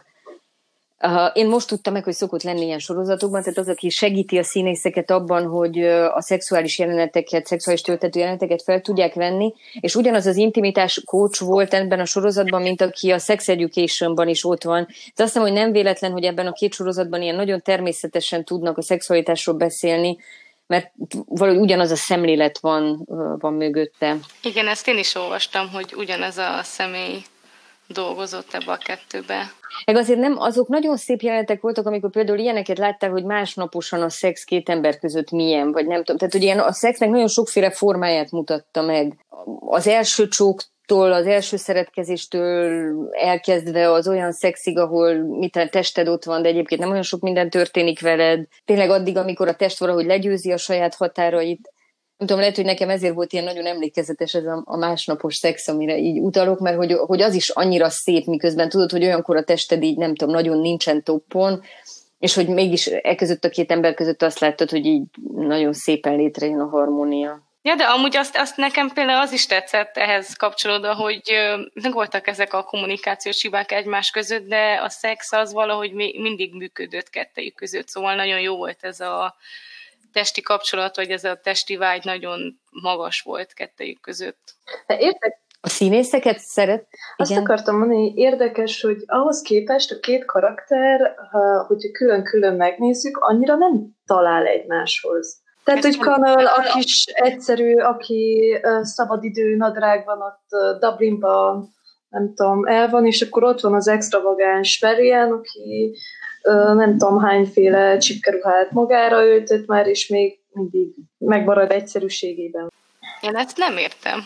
Én most tudtam meg, hogy szokott lenni ilyen sorozatokban, tehát az, aki segíti a színészeket abban, hogy a szexuális jeleneteket, szexuális töltető jeleneteket fel tudják venni, és ugyanaz az intimitás coach volt ebben a sorozatban, mint aki a Sex Educationban is ott van. De azt hiszem, hogy nem véletlen, hogy ebben a két sorozatban ilyen nagyon természetesen tudnak a szexualitásról beszélni, mert valahogy ugyanaz a szemlélet van, van mögötte. Igen, ezt én is olvastam, hogy ugyanez a személy dolgozott ebbe a kettőbe. Meg azért nem, azok nagyon szép jelenetek voltak, amikor például ilyeneket láttál, hogy másnaposan a szex két ember között milyen, vagy nem tudom. Tehát, hogy ilyen a szexnek nagyon sokféle formáját mutatta meg. Az első csóktól, az első szeretkezéstől elkezdve az olyan szexig, ahol mit a tested ott van, de egyébként nem olyan sok minden történik veled. Tényleg addig, amikor a test valahogy legyőzi a saját határait. Nem tudom, lehet, hogy nekem ezért volt ilyen nagyon emlékezetes ez a, a másnapos szex, amire így utalok, mert hogy, hogy az is annyira szép, miközben tudod, hogy olyankor a tested így nem tudom, nagyon nincsen toppon, és hogy mégis e között a két ember között azt láttad, hogy így nagyon szépen létrejön a harmónia. Ja, de amúgy azt, azt nekem például az is tetszett ehhez kapcsolódva, hogy nem voltak ezek a kommunikációs hibák egymás között, de a szex az valahogy mindig működött kettejük között, szóval nagyon jó volt ez a testi kapcsolat, vagy ez a testi vágy nagyon magas volt kettejük között. De érdekes. A színészeket szeret? Azt igen. akartam mondani, érdekes, hogy ahhoz képest a két karakter, ha, hogyha külön-külön megnézzük, annyira nem talál egymáshoz. Tehát, hogy Connell, a kis egyszerű, aki uh, szabadidő nadrágban ott uh, Dublinban, nem tudom, el van, és akkor ott van az extravagáns Marian, aki uh, nem tudom hányféle csipkeruhát magára öltött már, és még mindig megmarad egyszerűségében. Én ezt nem értem.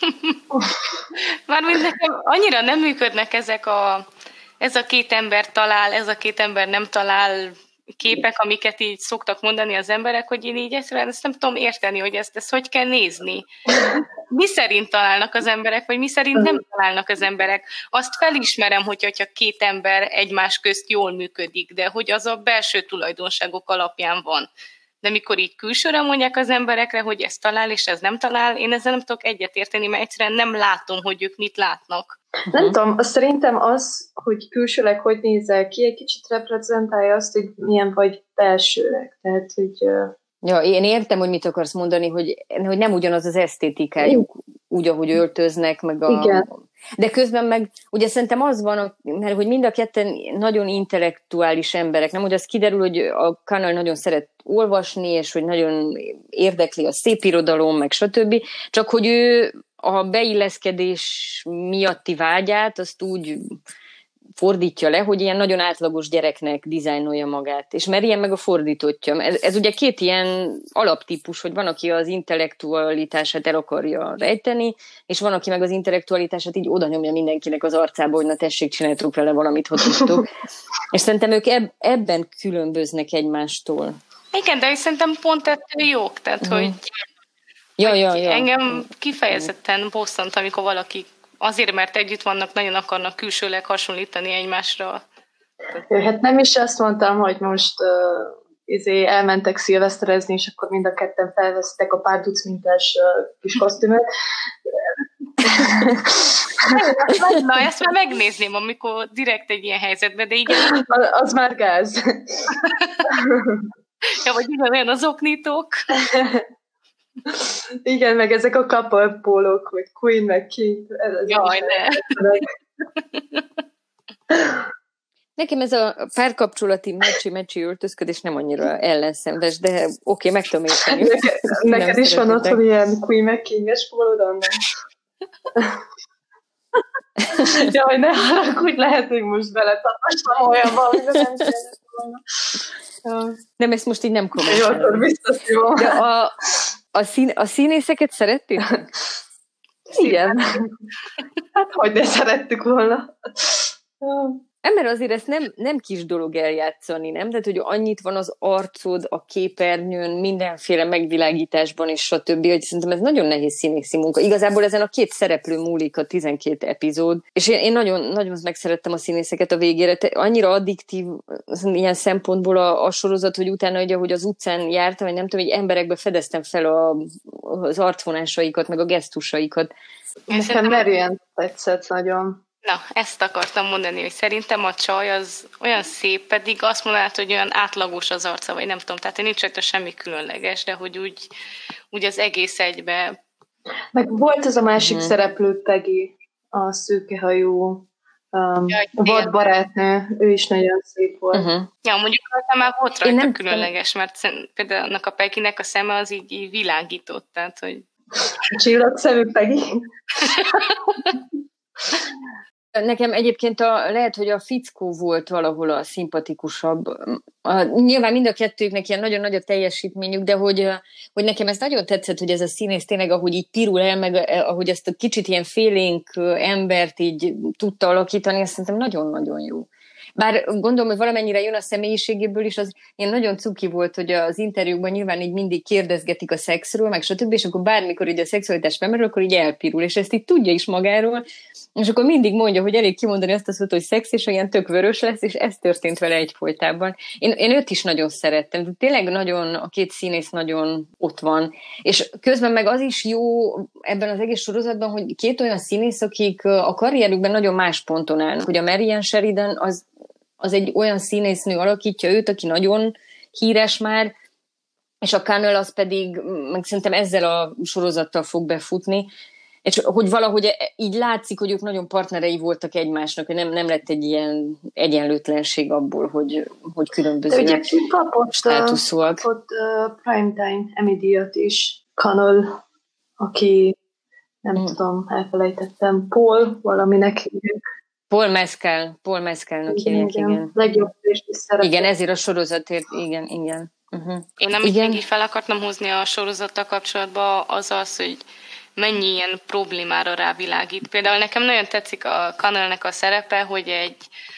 Mármint nekem annyira nem működnek ezek a, ez a két ember talál, ez a két ember nem talál képek, amiket így szoktak mondani az emberek, hogy én így egyszerűen ezt nem tudom érteni, hogy ezt, ezt hogy kell nézni. Mi szerint találnak az emberek, vagy mi szerint nem találnak az emberek. Azt felismerem, hogy, hogyha két ember egymás közt jól működik, de hogy az a belső tulajdonságok alapján van. De mikor így külsőre mondják az emberekre, hogy ez talál, és ez nem talál, én ezzel nem tudok egyetérteni, mert egyszerűen nem látom, hogy ők mit látnak. Nem uh-huh. tudom, azt szerintem az, hogy külsőleg hogy nézel ki, egy kicsit reprezentálja azt, hogy milyen vagy belsőleg. Tehát, hogy... Ja, én értem, hogy mit akarsz mondani, hogy, hogy nem ugyanaz az esztétikájuk, úgy, ahogy öltöznek, meg a... Igen. De közben meg, ugye szerintem az van, mert hogy mind a ketten nagyon intellektuális emberek, nem? Hogy az kiderül, hogy a Connell nagyon szeret olvasni, és hogy nagyon érdekli a szépirodalom, meg stb. Csak hogy ő a beilleszkedés miatti vágyát, azt úgy fordítja le, hogy ilyen nagyon átlagos gyereknek dizájnolja magát. És Marian meg a fordítottja. Ez, ez ugye két ilyen alaptípus, hogy van, aki az intellektualitását el akarja rejteni, és van, aki meg az intellektualitását így oda nyomja mindenkinek az arcába, hogy na tessék, csináljátok vele valamit, hogy tudtok. És szerintem ők eb- ebben különböznek egymástól. Igen, de szerintem pont ettől jók, tehát uh-huh. hogy, ja, ja, ja. engem kifejezetten bosszant, amikor valaki azért, mert együtt vannak, nagyon akarnak külsőleg hasonlítani egymásra. Hát nem is azt mondtam, hogy most uh, izé elmentek szilveszterezni, és akkor mind a ketten felvesztek a pár ducmintás uh, kis kosztümöt. Na, ezt már megnézném, amikor direkt egy ilyen helyzetben, de így... Az már gáz. Ja, vagy igen, olyan az oknítók. Igen, meg ezek a couple pólók, hogy Queen, meg King. Jaj, ne. Nekem ez a párkapcsolati mecsi-mecsi öltözködés nem annyira ellenszenves, de oké, okay, meg tudom érteni. Neked, neked is van otthon ilyen Queen, meg King-es pólód, annak? Jaj, ne haragudj, lehet, hogy most beletapastam olyanba, hogy nem kellett volna. Nem, ezt most így nem komolyan. Jó, akkor biztos De a, a, szín, a színészeket szerettél? Igen. Hát, hogy ne szerettük volna. Mert azért ezt nem, nem kis dolog eljátszani, nem? Tehát, hogy annyit van az arcod, a képernyőn, mindenféle megvilágításban, és stb., hogy szerintem ez nagyon nehéz színészi munka. Igazából ezen a két szereplő múlik a tizenkét epizód, és én, én nagyon, nagyon megszerettem a színészeket a végére. Te, annyira addiktív ilyen szempontból a, a sorozat, hogy utána, ugye, ahogy az utcán jártam, vagy nem tudom, hogy emberekbe fedeztem fel a, az arcvonásaikat, meg a gesztusaikat. Nekem Marian tetszett nagyon. Na, ezt akartam mondani, hogy szerintem a csaj az olyan szép, pedig azt mondanád, hogy olyan átlagos az arca, vagy nem tudom, tehát nincs rajta semmi különleges, de hogy úgy, úgy az egész egybe. Meg volt ez a másik hmm. szereplő, Peggy, a szőkehajú um, vad barátnő, ő is nagyon szép volt. Uh-huh. Ja, mondjuk rajta már volt rajta nem különleges, mert például annak a Peggynek a szeme az így, így világított, tehát hogy... Csillagszemű Peggy. Nekem egyébként a, lehet, hogy a fickó volt valahol a szimpatikusabb. A, nyilván mind a kettőknek ilyen nagyon nagy a teljesítményük, de hogy, hogy nekem ez nagyon tetszett, hogy ez a színész tényleg, ahogy így pirul el, meg ahogy ezt a kicsit ilyen félénk embert így tudta alakítani, azt szerintem nagyon-nagyon jó. Bár gondolom, hogy valamennyire jön a személyiségéből is, az ilyen nagyon cuki volt, hogy az interjúkban nyilván így mindig kérdezgetik a szexről, meg stb., és akkor bármikor így a szexualitás bemerül, akkor így elpirul, és ezt így tudja is magáról, és akkor mindig mondja, hogy elég kimondani azt a szót, hogy szex, és olyan tök vörös lesz, és ez történt vele egyfolytában. Én, én őt is nagyon szerettem, tényleg nagyon, a két színész nagyon ott van, és közben meg az is jó ebben az egész sorozatban, hogy két olyan színész, akik a karrierükben nagyon más ponton állnak. Ugye a Marian Sheridan az az egy olyan színésznő alakítja őt, aki nagyon híres már, és a Connell az pedig, meg szerintem ezzel a sorozattal fog befutni, és hogy valahogy így látszik, hogy ők nagyon partnerei voltak egymásnak, hogy nem, nem lett egy ilyen egyenlőtlenség abból, hogy, hogy különböző ugye kapott, státuszúak. kapott uh, Primetime Emmy-díjat is, Connell, aki nem mm. tudom, elfelejtettem, Paul valaminek hívjuk. Paul Mescal, Paul Mescalnak hívják, igen. igen. Legjobb és igen, ezért a sorozatért, igen, igen. Uh-huh. Én amit még így fel akartam hozni a sorozattal kapcsolatban, az az, hogy mennyi ilyen problémára rávilágít. Például nekem nagyon tetszik a Connellnek a szerepe, hogy egy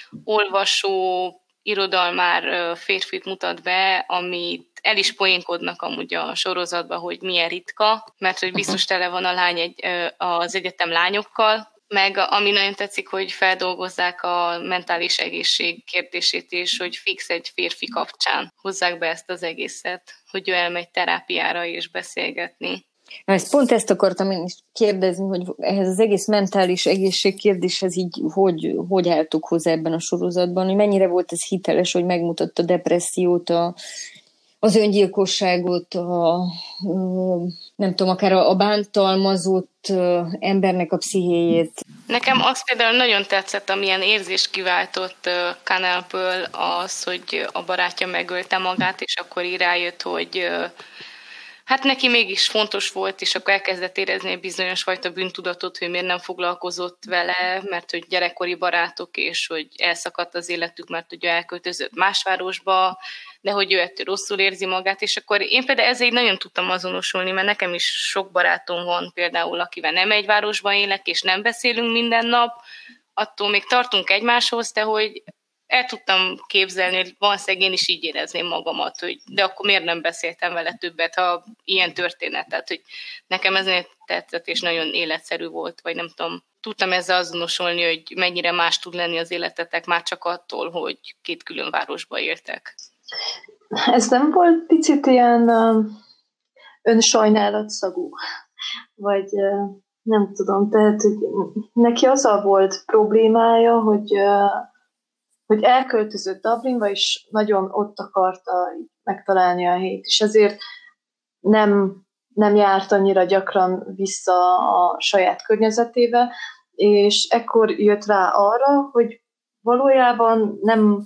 olvasó irodalmár férfit mutat be, amit el is poénkodnak amúgy a sorozatban, hogy milyen ritka, mert hogy biztos tele van a lány egy, az egyetem lányokkal, meg ami nagyon tetszik, hogy feldolgozzák a mentális egészség kérdését is, hogy fix egy férfi kapcsán hozzák be ezt az egészet, hogy ő elmegy terápiára és beszélgetni. Na, ezt pont ezt akartam én is kérdezni, hogy ehhez az egész mentális egészség kérdéshez így hogy, hogy álltuk hozzá ebben a sorozatban, hogy mennyire volt ez hiteles, hogy megmutatta a depressziót, a, az öngyilkosságot, a, nem tudom, akár a bántalmazott embernek a pszichéjét. Nekem az például nagyon tetszett, amilyen érzést kiváltott Connellből az, hogy a barátja megölte magát, és akkor így rájött, hogy Hát neki mégis fontos volt, és akkor elkezdett érezni egy bizonyos fajta bűntudatot, hogy miért nem foglalkozott vele, mert hogy gyerekkori barátok, és hogy elszakadt az életük, mert ugye elköltözött más városba, de hogy ő ettől rosszul érzi magát, és akkor én például ezzel így nagyon tudtam azonosulni, mert nekem is sok barátom van például, akivel nem egy városban élek, és nem beszélünk minden nap, attól még tartunk egymáshoz, de hogy el tudtam képzelni, hogy valószínűleg én is így érezném magamat, hogy de akkor miért nem beszéltem vele többet, ha ilyen történet. Tehát, hogy nekem ez tetszett, és nagyon életszerű volt, vagy nem tudom, tudtam ezzel azonosulni, hogy mennyire más tud lenni az életetek, már csak attól, hogy két külön városba éltek. Ez nem volt picit ilyen uh, önsajnálatszagú? Vagy uh, nem tudom, tehát, hogy neki azzal volt problémája, hogy uh, hogy elköltözött Dublinba, és nagyon ott akarta megtalálni a helyét, és ezért nem, nem járt annyira gyakran vissza a saját környezetébe, és ekkor jött rá arra, hogy valójában nem,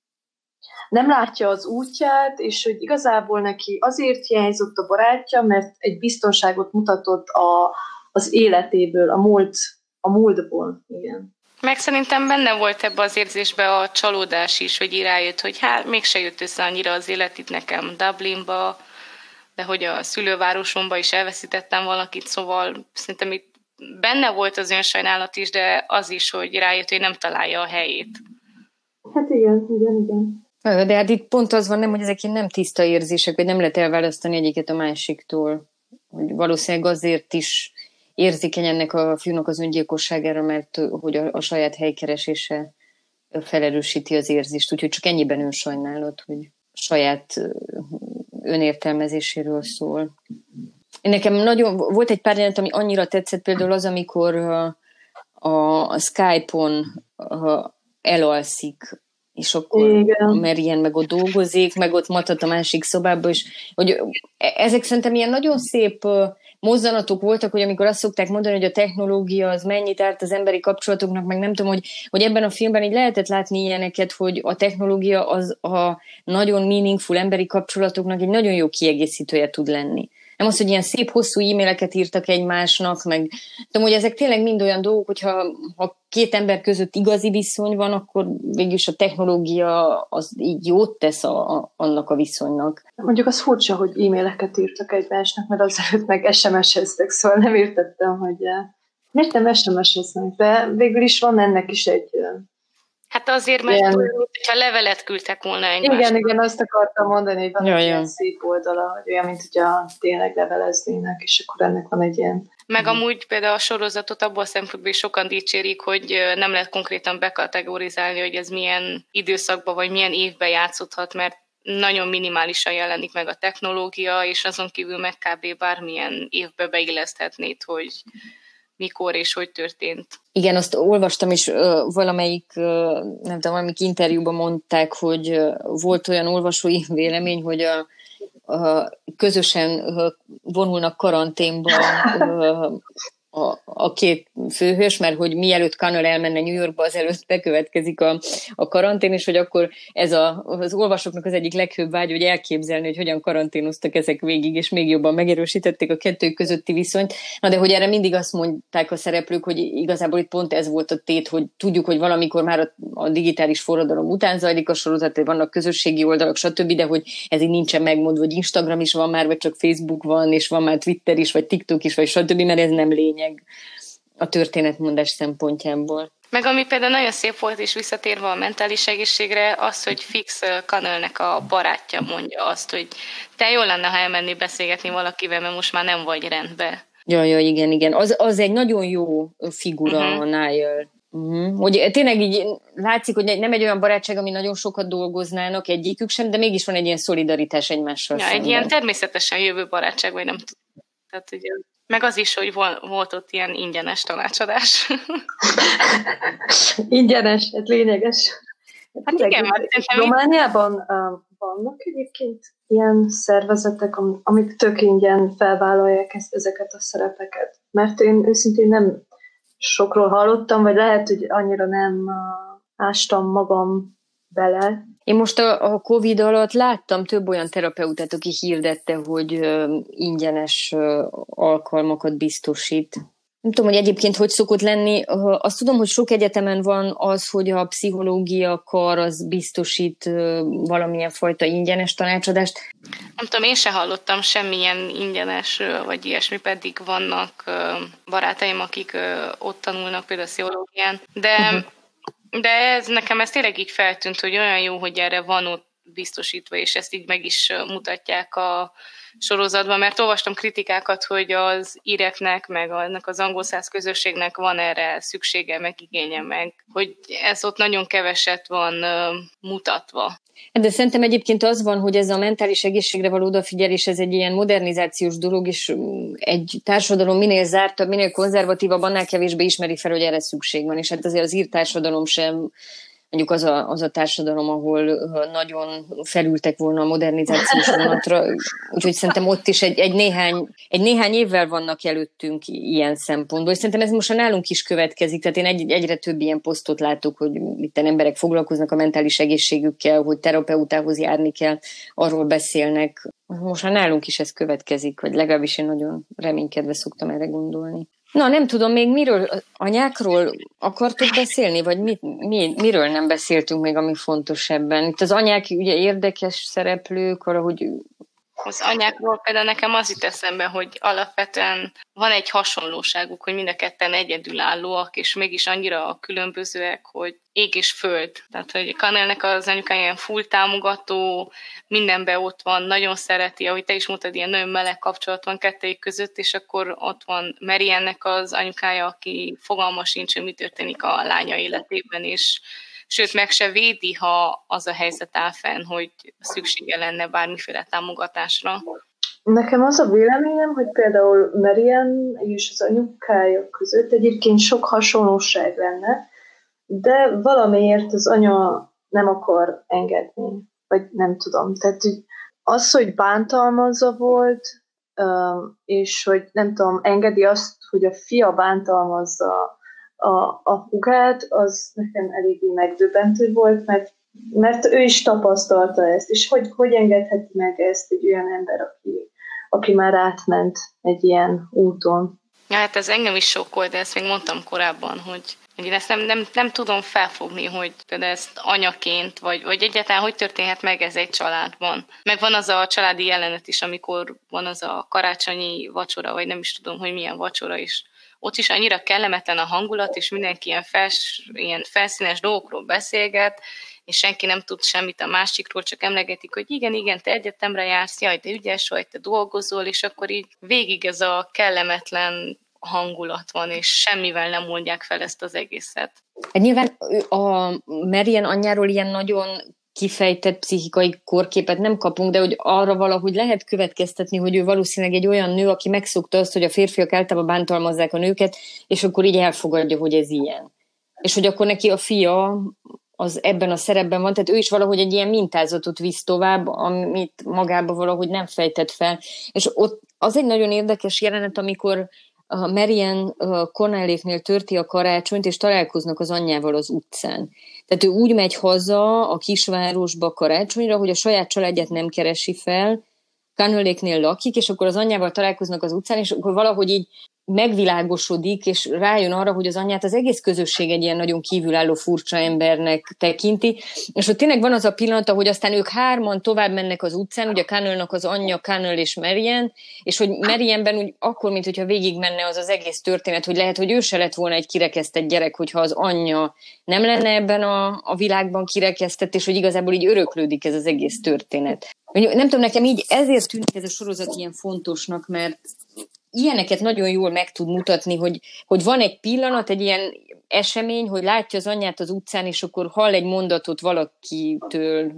nem látja az útját, és hogy igazából neki azért hiányzott a barátja, mert egy biztonságot mutatott a, az életéből, a múlt, a múltból, igen. Meg szerintem benne volt ebbe az érzésbe a csalódás is, hogy rájött, hogy hát mégse jött össze annyira az élet itt nekem Dublinba, de hogy a szülővárosomba is elveszítettem valakit, szóval szerintem itt benne volt az önsajnálat is, de az is, hogy rájött, hogy nem találja a helyét. Hát igen, igen, igen. De hát itt pont az van, nem, hogy ezek nem tiszta érzések, vagy nem lehet elválasztani egyiket a másiktól. Hogy valószínűleg azért is érzékeny ennek a fiúnak az öngyilkosságára, mert hogy a, a saját helykeresése felerősíti az érzést. Úgyhogy csak ennyiben önsajnálat, hogy a saját önértelmezéséről szól. Nekem nagyon, volt egy pár jelenet, ami annyira tetszett, például az, amikor a, a Skype-on elalszik, és akkor igen. Marian meg ott dolgozik, meg ott matat a másik szobába, és hogy ezek szerintem ilyen nagyon szép mozzanatok voltak, hogy amikor azt szokták mondani, hogy a technológia az mennyit árt az emberi kapcsolatoknak, meg nem tudom, hogy, hogy ebben a filmben így lehetett látni ilyeneket, hogy a technológia az a nagyon meaningful emberi kapcsolatoknak egy nagyon jó kiegészítője tud lenni. Nem az, hogy ilyen szép hosszú e-maileket írtak egymásnak, meg tudom, hogy ezek tényleg mind olyan dolgok, hogyha ha két ember között igazi viszony van, akkor végülis a technológia az így jót tesz a, a, annak a viszonynak. Mondjuk az furcsa, hogy e-maileket írtak egymásnak, mert azelőtt meg es em es-eztek, szóval nem értettem, hogy miért nem es em es-eznek, de végül is van ennek is egy... Hát azért, mert ilyen... tudom, hogyha levelet küldtek volna egymásnak. Igen, igen, azt akartam mondani, hogy van ja, egy ilyen szép oldala, hogy olyan, mint hogyha tényleg leveleznének, és akkor ennek van egy ilyen... Meg amúgy például a sorozatot abból a szempontból is sokan dicsérik, hogy nem lehet konkrétan bekategorizálni, hogy ez milyen időszakban vagy milyen évben játszódhat, mert nagyon minimálisan jelenik meg a technológia, és azon kívül meg kb. Bármilyen évbe beilleszthetnéd, hogy mikor és hogy történt. Igen, azt olvastam, és uh, valamelyik, uh, nem tudom, valamelyik interjúban mondták, hogy uh, volt olyan olvasói vélemény, hogy a, a közösen uh, vonulnak karanténba uh, a, a két főhős, mert hogy mielőtt Connell elmenne New Yorkba, azelőtt bekövetkezik a, a karantén, és hogy akkor ez a, az olvasóknak az egyik leghőbb vágy, hogy elképzelni, hogy hogyan karanténoztak ezek végig, és még jobban megerősítették a kettő közötti viszonyt. Na de hogy erre mindig azt mondták a szereplők, hogy igazából itt pont ez volt a tét, hogy tudjuk, hogy valamikor már a, a digitális forradalom után zajlik a sorozat, hogy vannak közösségi oldalak, stb., de hogy ez így nincsen megmondva, hogy Instagram is van már, vagy csak Facebook van, és van már Twitter is, vagy TikTok is, vagy stb., mert ez nem lényeg a történetmondás szempontjából. Meg ami például nagyon szép volt, és visszatérve a mentális egészségre, az, hogy Fix Connellnek a barátja mondja azt, hogy te jól lenne, ha elmennél beszélgetni valakivel, mert most már nem vagy rendben. Ja, ja, igen, igen. Az, az egy nagyon jó figura, uh-huh. a Niall. Uh-huh. Hogy tényleg így látszik, hogy nem egy olyan barátság, ami nagyon sokat dolgoznának egyikük sem, de mégis van egy ilyen szolidaritás egymással ja, szemben. Egy ilyen természetesen jövő barátság, vagy nem tudom. Tehát, ugye, meg az is, hogy volt ott ilyen ingyenes tanácsadás. Ingyenes, ez lényeges. Hát tényleg, igen, mert Romániában uh, vannak egyébként ilyen szervezetek, amik tök ingyen felvállalják ezt, ezeket a szerepeket. Mert én őszintén nem sokról hallottam, vagy lehet, hogy annyira nem uh, ástam magam bele. Én most a, a Covid alatt láttam több olyan terapeutát, aki hirdette, hogy uh, ingyenes uh, alkalmakat biztosít. Nem tudom, hogy egyébként hogy szokott lenni. Uh, azt tudom, hogy sok egyetemen van az, hogy a pszichológia kar az biztosít uh, valamilyen fajta ingyenes tanácsadást. Nem tudom, én se hallottam semmilyen ingyenes, vagy ilyesmi, pedig vannak uh, barátaim, akik uh, ott tanulnak például pszichológián, de uh-huh. De ez, nekem ez tényleg így feltűnt, hogy olyan jó, hogy erre van ott biztosítva, és ezt így meg is mutatják a sorozatban, mert olvastam kritikákat, hogy az íreknek, meg annak az angol száz közösségnek van erre szüksége, meg igénye, meg hogy ez ott nagyon keveset van uh, mutatva. De szerintem egyébként az van, hogy ez a mentális egészségre való odafigyelés, ez egy ilyen modernizációs dolog, és egy társadalom minél zártabb, minél konzervatívabb, annál kevésbé ismeri fel, hogy erre szükség van. És hát azért az ír társadalom sem, mondjuk az a, az a társadalom, ahol nagyon felültek volna a modernizációs vonatra, úgyhogy szerintem ott is egy, egy, néhány, egy néhány évvel vannak előttünk ilyen szempontból, és szerintem ez most nálunk is következik, tehát én egy, egyre több ilyen posztot látok, hogy itten emberek foglalkoznak a mentális egészségükkel, hogy terapeutához járni kell, arról beszélnek. Most nálunk is ez következik, vagy legalábbis én nagyon reménykedve szoktam erre gondolni. Na, nem tudom, még miről, anyákról akartok beszélni, vagy mit, mi, miről nem beszéltünk még, ami fontos ebben? Itt az anyák ugye érdekes szereplők, valahogy... Az anyákról például nekem az jut eszembe, hogy alapvetően van egy hasonlóságuk, hogy mind a ketten egyedülállóak, és mégis annyira különbözőek, hogy ég és föld. Tehát, hogy Connellnek az anyukája ilyen full támogató, mindenben ott van, nagyon szereti, ahogy te is mondtad, ilyen nagyon meleg kapcsolat van kettejük között, és akkor ott van Mariannek az anyukája, aki fogalma sincs, hogy mi történik a lánya életében, és sőt, meg se védi, ha az a helyzet áll fenn, hogy szüksége lenne bármiféle támogatásra. Nekem az a véleményem, hogy például Marian és az anyukája között egyébként sok hasonlóság lenne, de valamiért az anya nem akar engedni, vagy nem tudom. Tehát az, hogy bántalmazza volt, és hogy nem tudom, engedi azt, hogy a fia bántalmazza a, a hugát, az nekem eléggé megdöbbentő volt, mert, mert ő is tapasztalta ezt, és hogy, hogy engedheti meg ezt egy olyan ember, aki, aki már átment egy ilyen úton. Ja, hát ez engem is sokkolt, de ezt még mondtam korábban, hogy, hogy én ezt nem, nem, nem tudom felfogni, hogy például ezt anyaként, vagy, vagy egyáltalán hogy történhet meg ez egy családban. Meg van az a családi jelenet is, amikor van az a karácsonyi vacsora, vagy nem is tudom, hogy milyen vacsora is. Ott is annyira kellemetlen a hangulat, és mindenki ilyen, fels, ilyen felszínes dolgokról beszélget, és senki nem tud semmit a másikról, csak emlegetik, hogy igen, igen, te egyetemre jársz, jaj, te ügyes vagy, te dolgozol, és akkor így végig ez a kellemetlen hangulat van, és semmivel nem mondják fel ezt az egészet. Nyilván a Marian anyjáról ilyen nagyon kifejtett pszichikai korképet nem kapunk, de hogy arra valahogy lehet következtetni, hogy ő valószínűleg egy olyan nő, aki megszokta azt, hogy a férfiak általában bántalmazzák a nőket, és akkor így elfogadja, hogy ez ilyen. És hogy akkor neki a fia az ebben a szerepben van, tehát ő is valahogy egy ilyen mintázatot visz tovább, amit magába valahogy nem fejtett fel. És ott az egy nagyon érdekes jelenet, amikor a Marian Connelléknél törti a karácsonyt, és találkoznak az anyjával az utcán. Tehát ő úgy megy haza a kisvárosba karácsonyra, hogy a saját családját nem keresi fel, Connelléknél lakik, és akkor az anyjával találkoznak az utcán, és akkor valahogy így megvilágosodik, és rájön arra, hogy az anyját az egész közösség egy ilyen nagyon kívülálló furcsa embernek tekinti, és ott tényleg van az a pillanat, hogy aztán ők hárman tovább mennek az utcán, ugye Connellnak az anyja, Connell és Marian, és hogy Marianben úgy akkor, mint hogyha végig menne az az egész történet, hogy lehet, hogy ő se lett volna egy kirekesztett gyerek, hogyha az anyja nem lenne ebben a, a világban kirekesztett, és hogy igazából így öröklődik ez az egész történet. Nem tudom, nekem így ezért tűnik ez a sorozat ilyen fontosnak, mert ilyeneket nagyon jól meg tud mutatni, hogy, hogy van egy pillanat, egy ilyen esemény, hogy látja az anyját az utcán, és akkor hall egy mondatot valakitől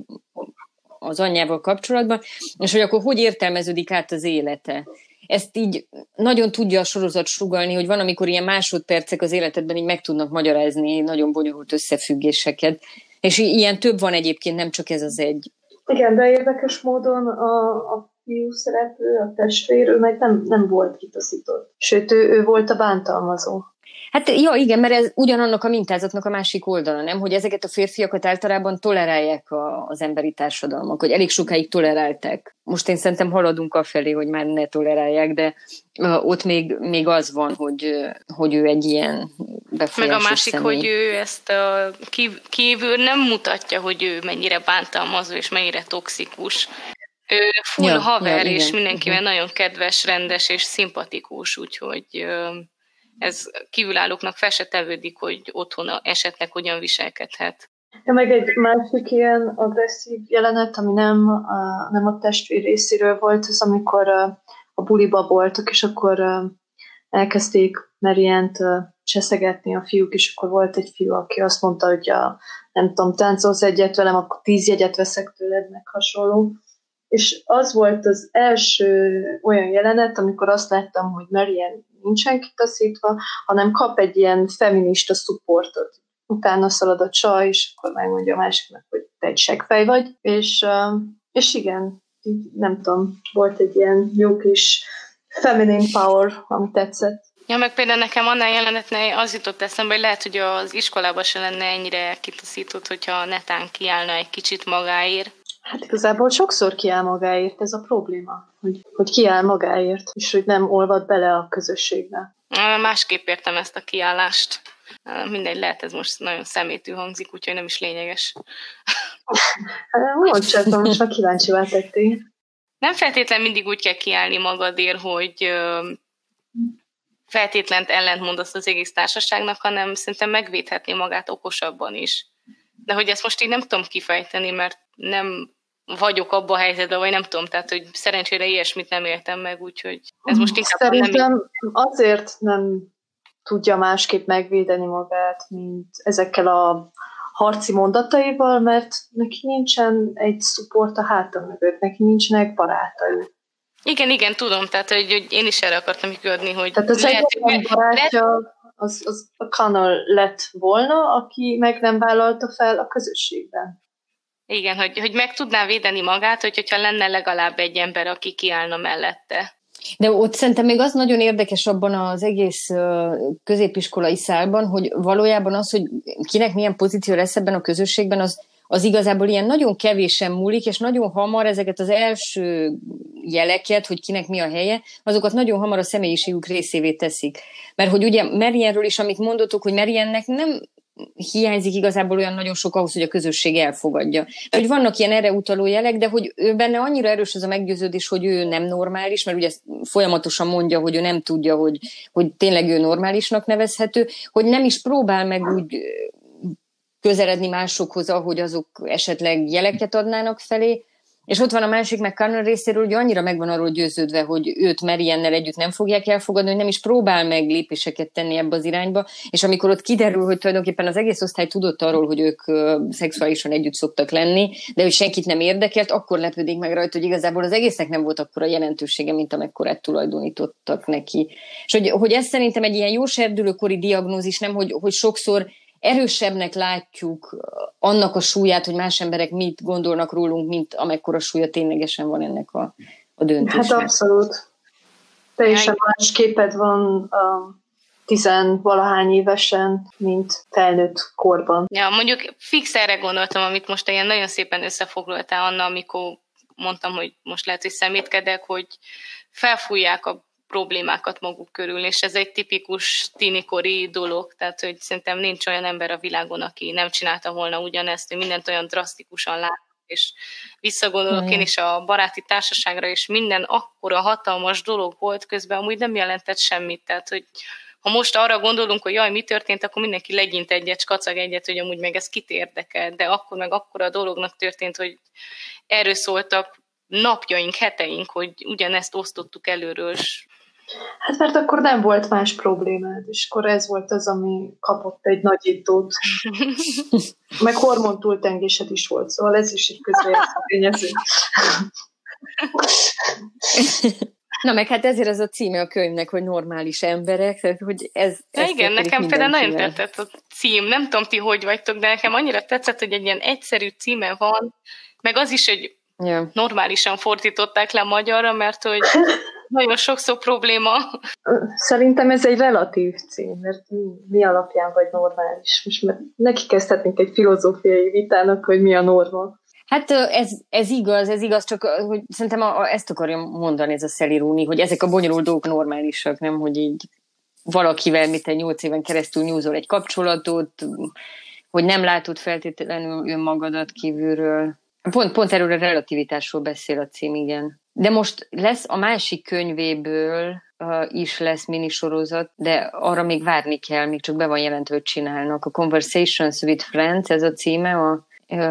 az anyjával kapcsolatban, és hogy akkor hogy értelmeződik át az élete. Ezt így nagyon tudja a sorozat sugallni, hogy van, amikor ilyen másodpercek az életedben így meg tudnak magyarázni nagyon bonyolult összefüggéseket. És ilyen több van egyébként, nem csak ez az egy. Igen, de érdekes módon a, a fiú szereplő, a testvér, ő meg nem, nem volt kitaszított. Sőt, ő, ő volt a bántalmazó. Hát ja, igen, mert ez ugyanannak a mintázatnak a másik oldala, nem? Hogy ezeket a férfiakat általában tolerálják a, az emberi társadalmak, hogy elég sokáig tolerálták. Most én szerintem haladunk afelé, hogy már ne tolerálják, de uh, ott még, még az van, hogy, hogy ő egy ilyen befolyásos meg a másik, személy. hogy ő ezt a kívül nem mutatja, hogy ő mennyire bántalmazó és mennyire toxikus. Ő full ja, haver, ja, és igen, mindenkivel igen. nagyon kedves, rendes és szimpatikus, úgyhogy ez kívülállóknak fel se tevődik, hogy otthon esetleg hogyan viselkedhet. Ja, meg egy másik ilyen agresszív jelenet, ami nem a, nem a testvér részéről volt, az amikor a, a buliba voltak, és akkor elkezdték Mariant cseszegetni a fiúk, és akkor volt egy fiú, aki azt mondta, hogy a, nem tudom, táncolsz egyet velem, akkor tíz jegyet veszek tőled, meg hasonló. És az volt az első olyan jelenet, amikor azt láttam, hogy Marian nincsen kitaszítva, hanem kap egy ilyen feminista szupportot. Utána szalad a csaj, és akkor megmondja a másiknak, hogy te egy seggfej vagy. És, és igen, nem tudom, volt egy ilyen jó kis feminine power, ami tetszett. Ja, meg például nekem annál jelenetnél az jutott eszembe, hogy lehet, hogy az iskolában se lenne ennyire kitaszított, hogyha netán kiállna egy kicsit magáért. Hát igazából sokszor kiáll magáért, ez a probléma, hogy, hogy kiáll magáért, és hogy nem olvad bele a közösségbe. Másképp értem ezt a kiállást. Mindegy, lehet ez most nagyon szemétű hangzik, úgyhogy nem is lényeges. Mondd csak, most már kíváncsivá tettél. Nem feltétlen mindig úgy kell kiállni magadért, hogy feltétlent ellentmondasz az egész társaságnak, hanem szerintem megvédhetné magát okosabban is. De hogy ezt most így nem tudom kifejteni, mert nem vagyok abban a helyzetben, vagy nem tudom, tehát hogy szerencsére ilyesmit nem éltem meg, úgyhogy ez most inkább Szerintem nem... azért nem tudja másképp megvédeni magát, mint ezekkel a harci mondataival, mert neki nincsen egy support a háta mögött, neki nincsenek barátai. Igen, igen, tudom, tehát hogy, hogy én is erre akartam kiadni, hogy... Tehát az lehet, egyetlen barátja lehet... az, az a Connor lett volna, aki meg nem vállalta fel a közösségben. Igen, hogy, hogy meg tudná védeni magát, hogy, hogyha lenne legalább egy ember, aki kiállna mellette. De ott szerintem még az nagyon érdekes abban az egész középiskolai szálban, hogy valójában az, hogy kinek milyen pozíció lesz ebben a közösségben, az, az igazából ilyen nagyon kevésen múlik, és nagyon hamar ezeket az első jeleket, hogy kinek mi a helye, azokat nagyon hamar a személyiségük részévé teszik. Mert hogy ugye Marianről is, amit mondotok, hogy Mariannek nem hiányzik igazából olyan nagyon sok ahhoz, hogy a közösség elfogadja. Hogy vannak ilyen erre utaló jelek, de hogy ő benne annyira erős az a meggyőződés, hogy ő nem normális, mert ugye folyamatosan mondja, hogy ő nem tudja, hogy, hogy tényleg ő normálisnak nevezhető, hogy nem is próbál meg úgy közeledni másokhoz, ahogy azok esetleg jeleket adnának felé. És ott van a másik, meg Connor részéről, hogy annyira meg van arról győződve, hogy őt Mariannel együtt nem fogják elfogadni, hogy nem is próbál meg lépéseket tenni ebbe az irányba, és amikor ott kiderül, hogy tulajdonképpen az egész osztály tudott arról, hogy ők szexuálisan együtt szoktak lenni, de hogy senkit nem érdekelt, akkor lepődik meg rajta, hogy igazából az egésznek nem volt akkora jelentősége, mint amekkorát tulajdonítottak neki. És hogy, hogy ez szerintem egy ilyen jó serdülőkori diagnózis, nem, hogy, hogy sokszor erősebbnek látjuk annak a súlyát, hogy más emberek mit gondolnak rólunk, mint amekkora súlya ténylegesen van ennek a, a döntésnek. Hát abszolút. Teljesen más képed van a tizenvalahány évesen, mint felnőtt korban. Ja, mondjuk fix erre gondoltam, amit most ilyen nagyon szépen összefoglaltál, Anna, amikor mondtam, hogy most lehet, hogy szemétkedek, hogy felfújják a problémákat maguk körül, és ez egy tipikus tinikori dolog, tehát hogy szerintem nincs olyan ember a világon, aki nem csinálta volna ugyanezt, hogy mindent olyan drasztikusan lát, és visszagondolok mm. én is a baráti társaságra, és minden akkora hatalmas dolog volt, közben amúgy nem jelentett semmit, tehát hogy ha most arra gondolunk, hogy jaj, mi történt, akkor mindenki legyint egyet, kacag egyet, hogy amúgy meg ez kit érdekel, de akkor meg akkora dolognak történt, hogy erről szóltak napjaink, heteink, hogy ugyanezt osztottuk előről. Hát mert akkor nem volt más problémád, és akkor ez volt az, ami kapott egy nagyítót. Meg hormontúltengésed is volt, szóval ez is egy közrejátszott tényező. Na meg hát ezért ez a címe a könyvnek, hogy normális emberek, tehát hogy ez... ez igen, nekem például nagyon tetszett a cím, nem tudom ti hogy vagytok, de nekem annyira tetszett, hogy egy ilyen egyszerű címe van, meg az is, hogy ja. normálisan fordították le magyarra, mert hogy nagyon sokszor probléma. Szerintem ez egy relatív cím, mert mi, mi alapján vagy normális. Most mert neki kezdhetnénk egy filozófiai vitának, hogy mi a norma. Hát ez, ez igaz, ez igaz, csak hogy szerintem a, a, ezt akarja mondani ez a Sally Rooney, hogy ezek a bonyolult dolgok normálisak, nem, hogy így valakivel, mit egy nyolc éven keresztül nyúzol egy kapcsolatot, hogy nem látod feltétlenül önmagadat kívülről. Pont, pont erről a relativitásról beszél a cím, igen. De most lesz a másik könyvéből uh, is lesz minisorozat, de arra még várni kell, még csak be van jelentve, hogy csinálnak. A Conversations with Friends, ez a címe, a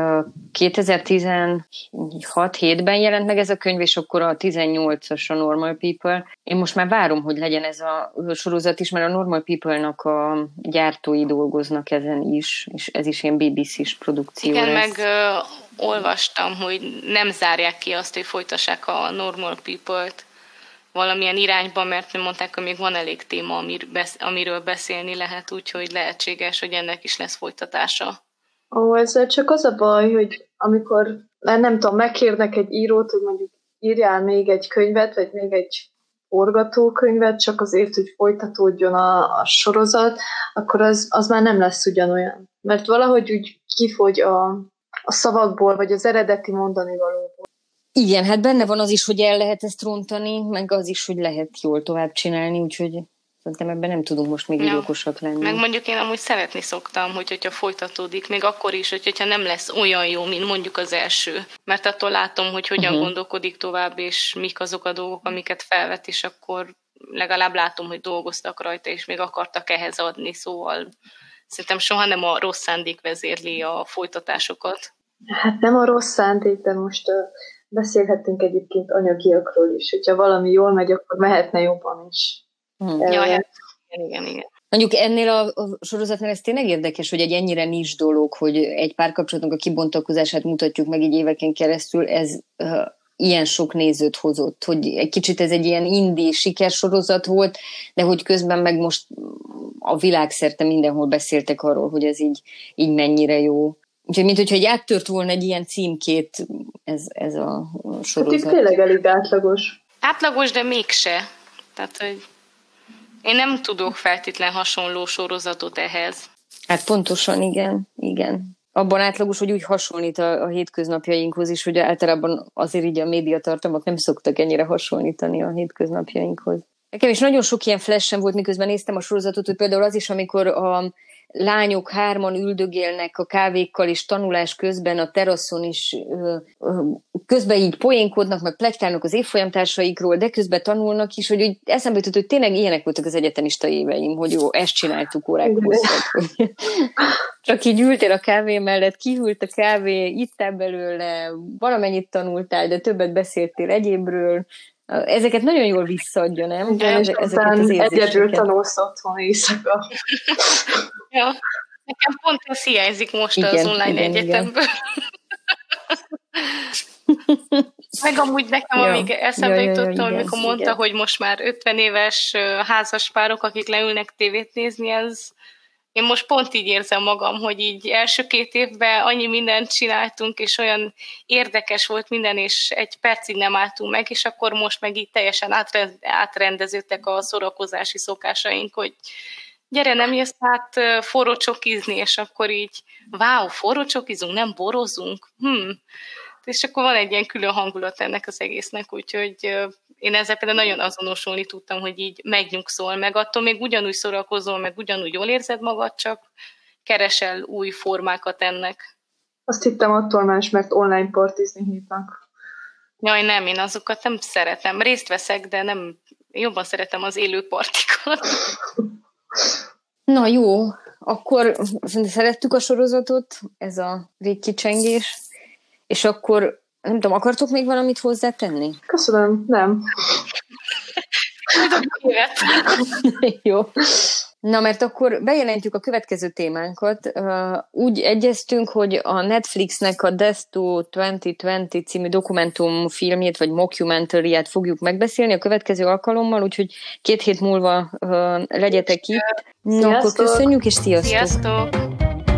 kétezer-tizenhat hétben jelent meg ez a könyv, és akkor a tizennyolcas a Normal People. Én most már várom, hogy legyen ez a sorozat is, mert a Normal People-nak a gyártói dolgoznak ezen is, és ez is ilyen bé bé cés produkció Igen, lesz. meg ö, olvastam, hogy nem zárják ki azt, hogy folytassák a Normal People-t valamilyen irányban, mert mondták, hogy még van elég téma, amir, amiről beszélni lehet, úgyhogy lehetséges, hogy ennek is lesz folytatása. Ó, ezzel csak az a baj, hogy amikor, nem tudom, megkérnek egy írót, hogy mondjuk írjál még egy könyvet, vagy még egy forgatókönyvet, csak azért, hogy folytatódjon a, a sorozat, akkor az, az már nem lesz ugyanolyan. Mert valahogy úgy kifogy a, a szavakból, vagy az eredeti mondani valóból. Igen, hát benne van az is, hogy el lehet ezt rontani, meg az is, hogy lehet jól tovább csinálni, úgyhogy szerintem ebben nem tudunk most még ja. okosak lenni. Meg mondjuk én amúgy szeretni szoktam, hogy, hogyha folytatódik, még akkor is, hogy, hogyha nem lesz olyan jó, mint mondjuk az első. Mert attól látom, hogy hogyan uh-huh. gondolkodik tovább, és mik azok a dolgok, amiket felvet, és akkor legalább látom, hogy dolgoztak rajta, és még akartak ehhez adni, szóval szerintem soha nem a rossz szándék vezérli a folytatásokat. Hát nem a rossz szándék, de most uh, beszélhetünk egyébként anyagiakról is. Hogyha valami jól megy, akkor mehetne jobban is. Hmm. Ja, igen, igen, igen. Mondjuk ennél a, a sorozatnál ez tényleg érdekes, hogy egy ennyire nis dolog, hogy egy párkapcsolatnak a kibontakozását mutatjuk meg így éveken keresztül, ez uh, ilyen sok nézőt hozott, hogy egy kicsit ez egy ilyen indie sikersorozat volt, de hogy közben meg most a világszerte mindenhol beszéltek arról, hogy ez így, így mennyire jó. Úgyhogy, mint hogyha egy áttört volna egy ilyen címkét ez, ez a sorozat. Hát tényleg elég átlagos. Átlagos, de mégse. Tehát, hogy én nem tudok feltétlen hasonló sorozatot ehhez. Hát pontosan, igen, igen. Abban átlagos, hogy úgy hasonlít a, a hétköznapjainkhoz is, hogy általában azért így a médiatartalmak nem szoktak ennyire hasonlítani a hétköznapjainkhoz. Nekem is nagyon sok ilyen flash-em volt, miközben néztem a sorozatot, hogy például az is, amikor a lányok hárman üldögélnek a kávékkal, és tanulás közben a teraszon is ö, ö, közben így poénkodnak, meg pletykálnak az évfolyamtársaikról, de közben tanulnak is, hogy úgy eszembe jutott, hogy tényleg ilyenek voltak az egyetemista éveim, hogy jó, ezt csináltuk órák hosszat, hogy csak így ültél a kávé mellett, kihűlt a kávé, ittál belőle, valamennyit tanultál, de többet beszéltél egyébről. Ezeket nagyon jól visszaadja, nem? Igen, és aztán egyedül tanulsz otthon éjszaka. Ja, nekem pont ez hiányzik most igen, az online igen, egyetemből. Igen. Meg amúgy nekem, ja. amíg eszembe ja, jutottam, ja, ja, amikor igen, mondta, igen. hogy most már ötven éves házas párok, akik leülnek tévét nézni, ez én most pont így érzem magam, hogy így első két évben annyi mindent csináltunk, és olyan érdekes volt minden, és egy percig nem álltunk meg, és akkor most meg így teljesen átrendeződtek a szórakozási szokásaink, hogy gyere, nem jössz át forró csokizni, és akkor így, váó, forró csokizunk, nem borozunk? Hm. És akkor van egy ilyen külön hangulat ennek az egésznek, úgyhogy én ezzel például nagyon azonosulni tudtam, hogy így megnyugszol, meg attól még ugyanúgy szórakozol, meg ugyanúgy jól érzed magad, csak keresel új formákat ennek. Azt hittem attól más, mert online partizni hívnak. Jaj, nem, én azokat nem szeretem. Részt veszek, de nem, jobban szeretem az élő partikat. Na jó, akkor szerettük a sorozatot, ez a végkicsengés, és akkor nem tudom, akartok még valamit hozzátenni? Köszönöm, nem. Jó. Na, mert akkor bejelentjük a következő témánkat. Úgy egyeztünk, hogy a Netflixnek a Death to kétezer-húsz című dokumentumfilmjét, vagy mockumentary-ját fogjuk megbeszélni a következő alkalommal, úgyhogy két hét múlva legyetek itt. Na, akkor köszönjük, és sziasztok! Sziasztok!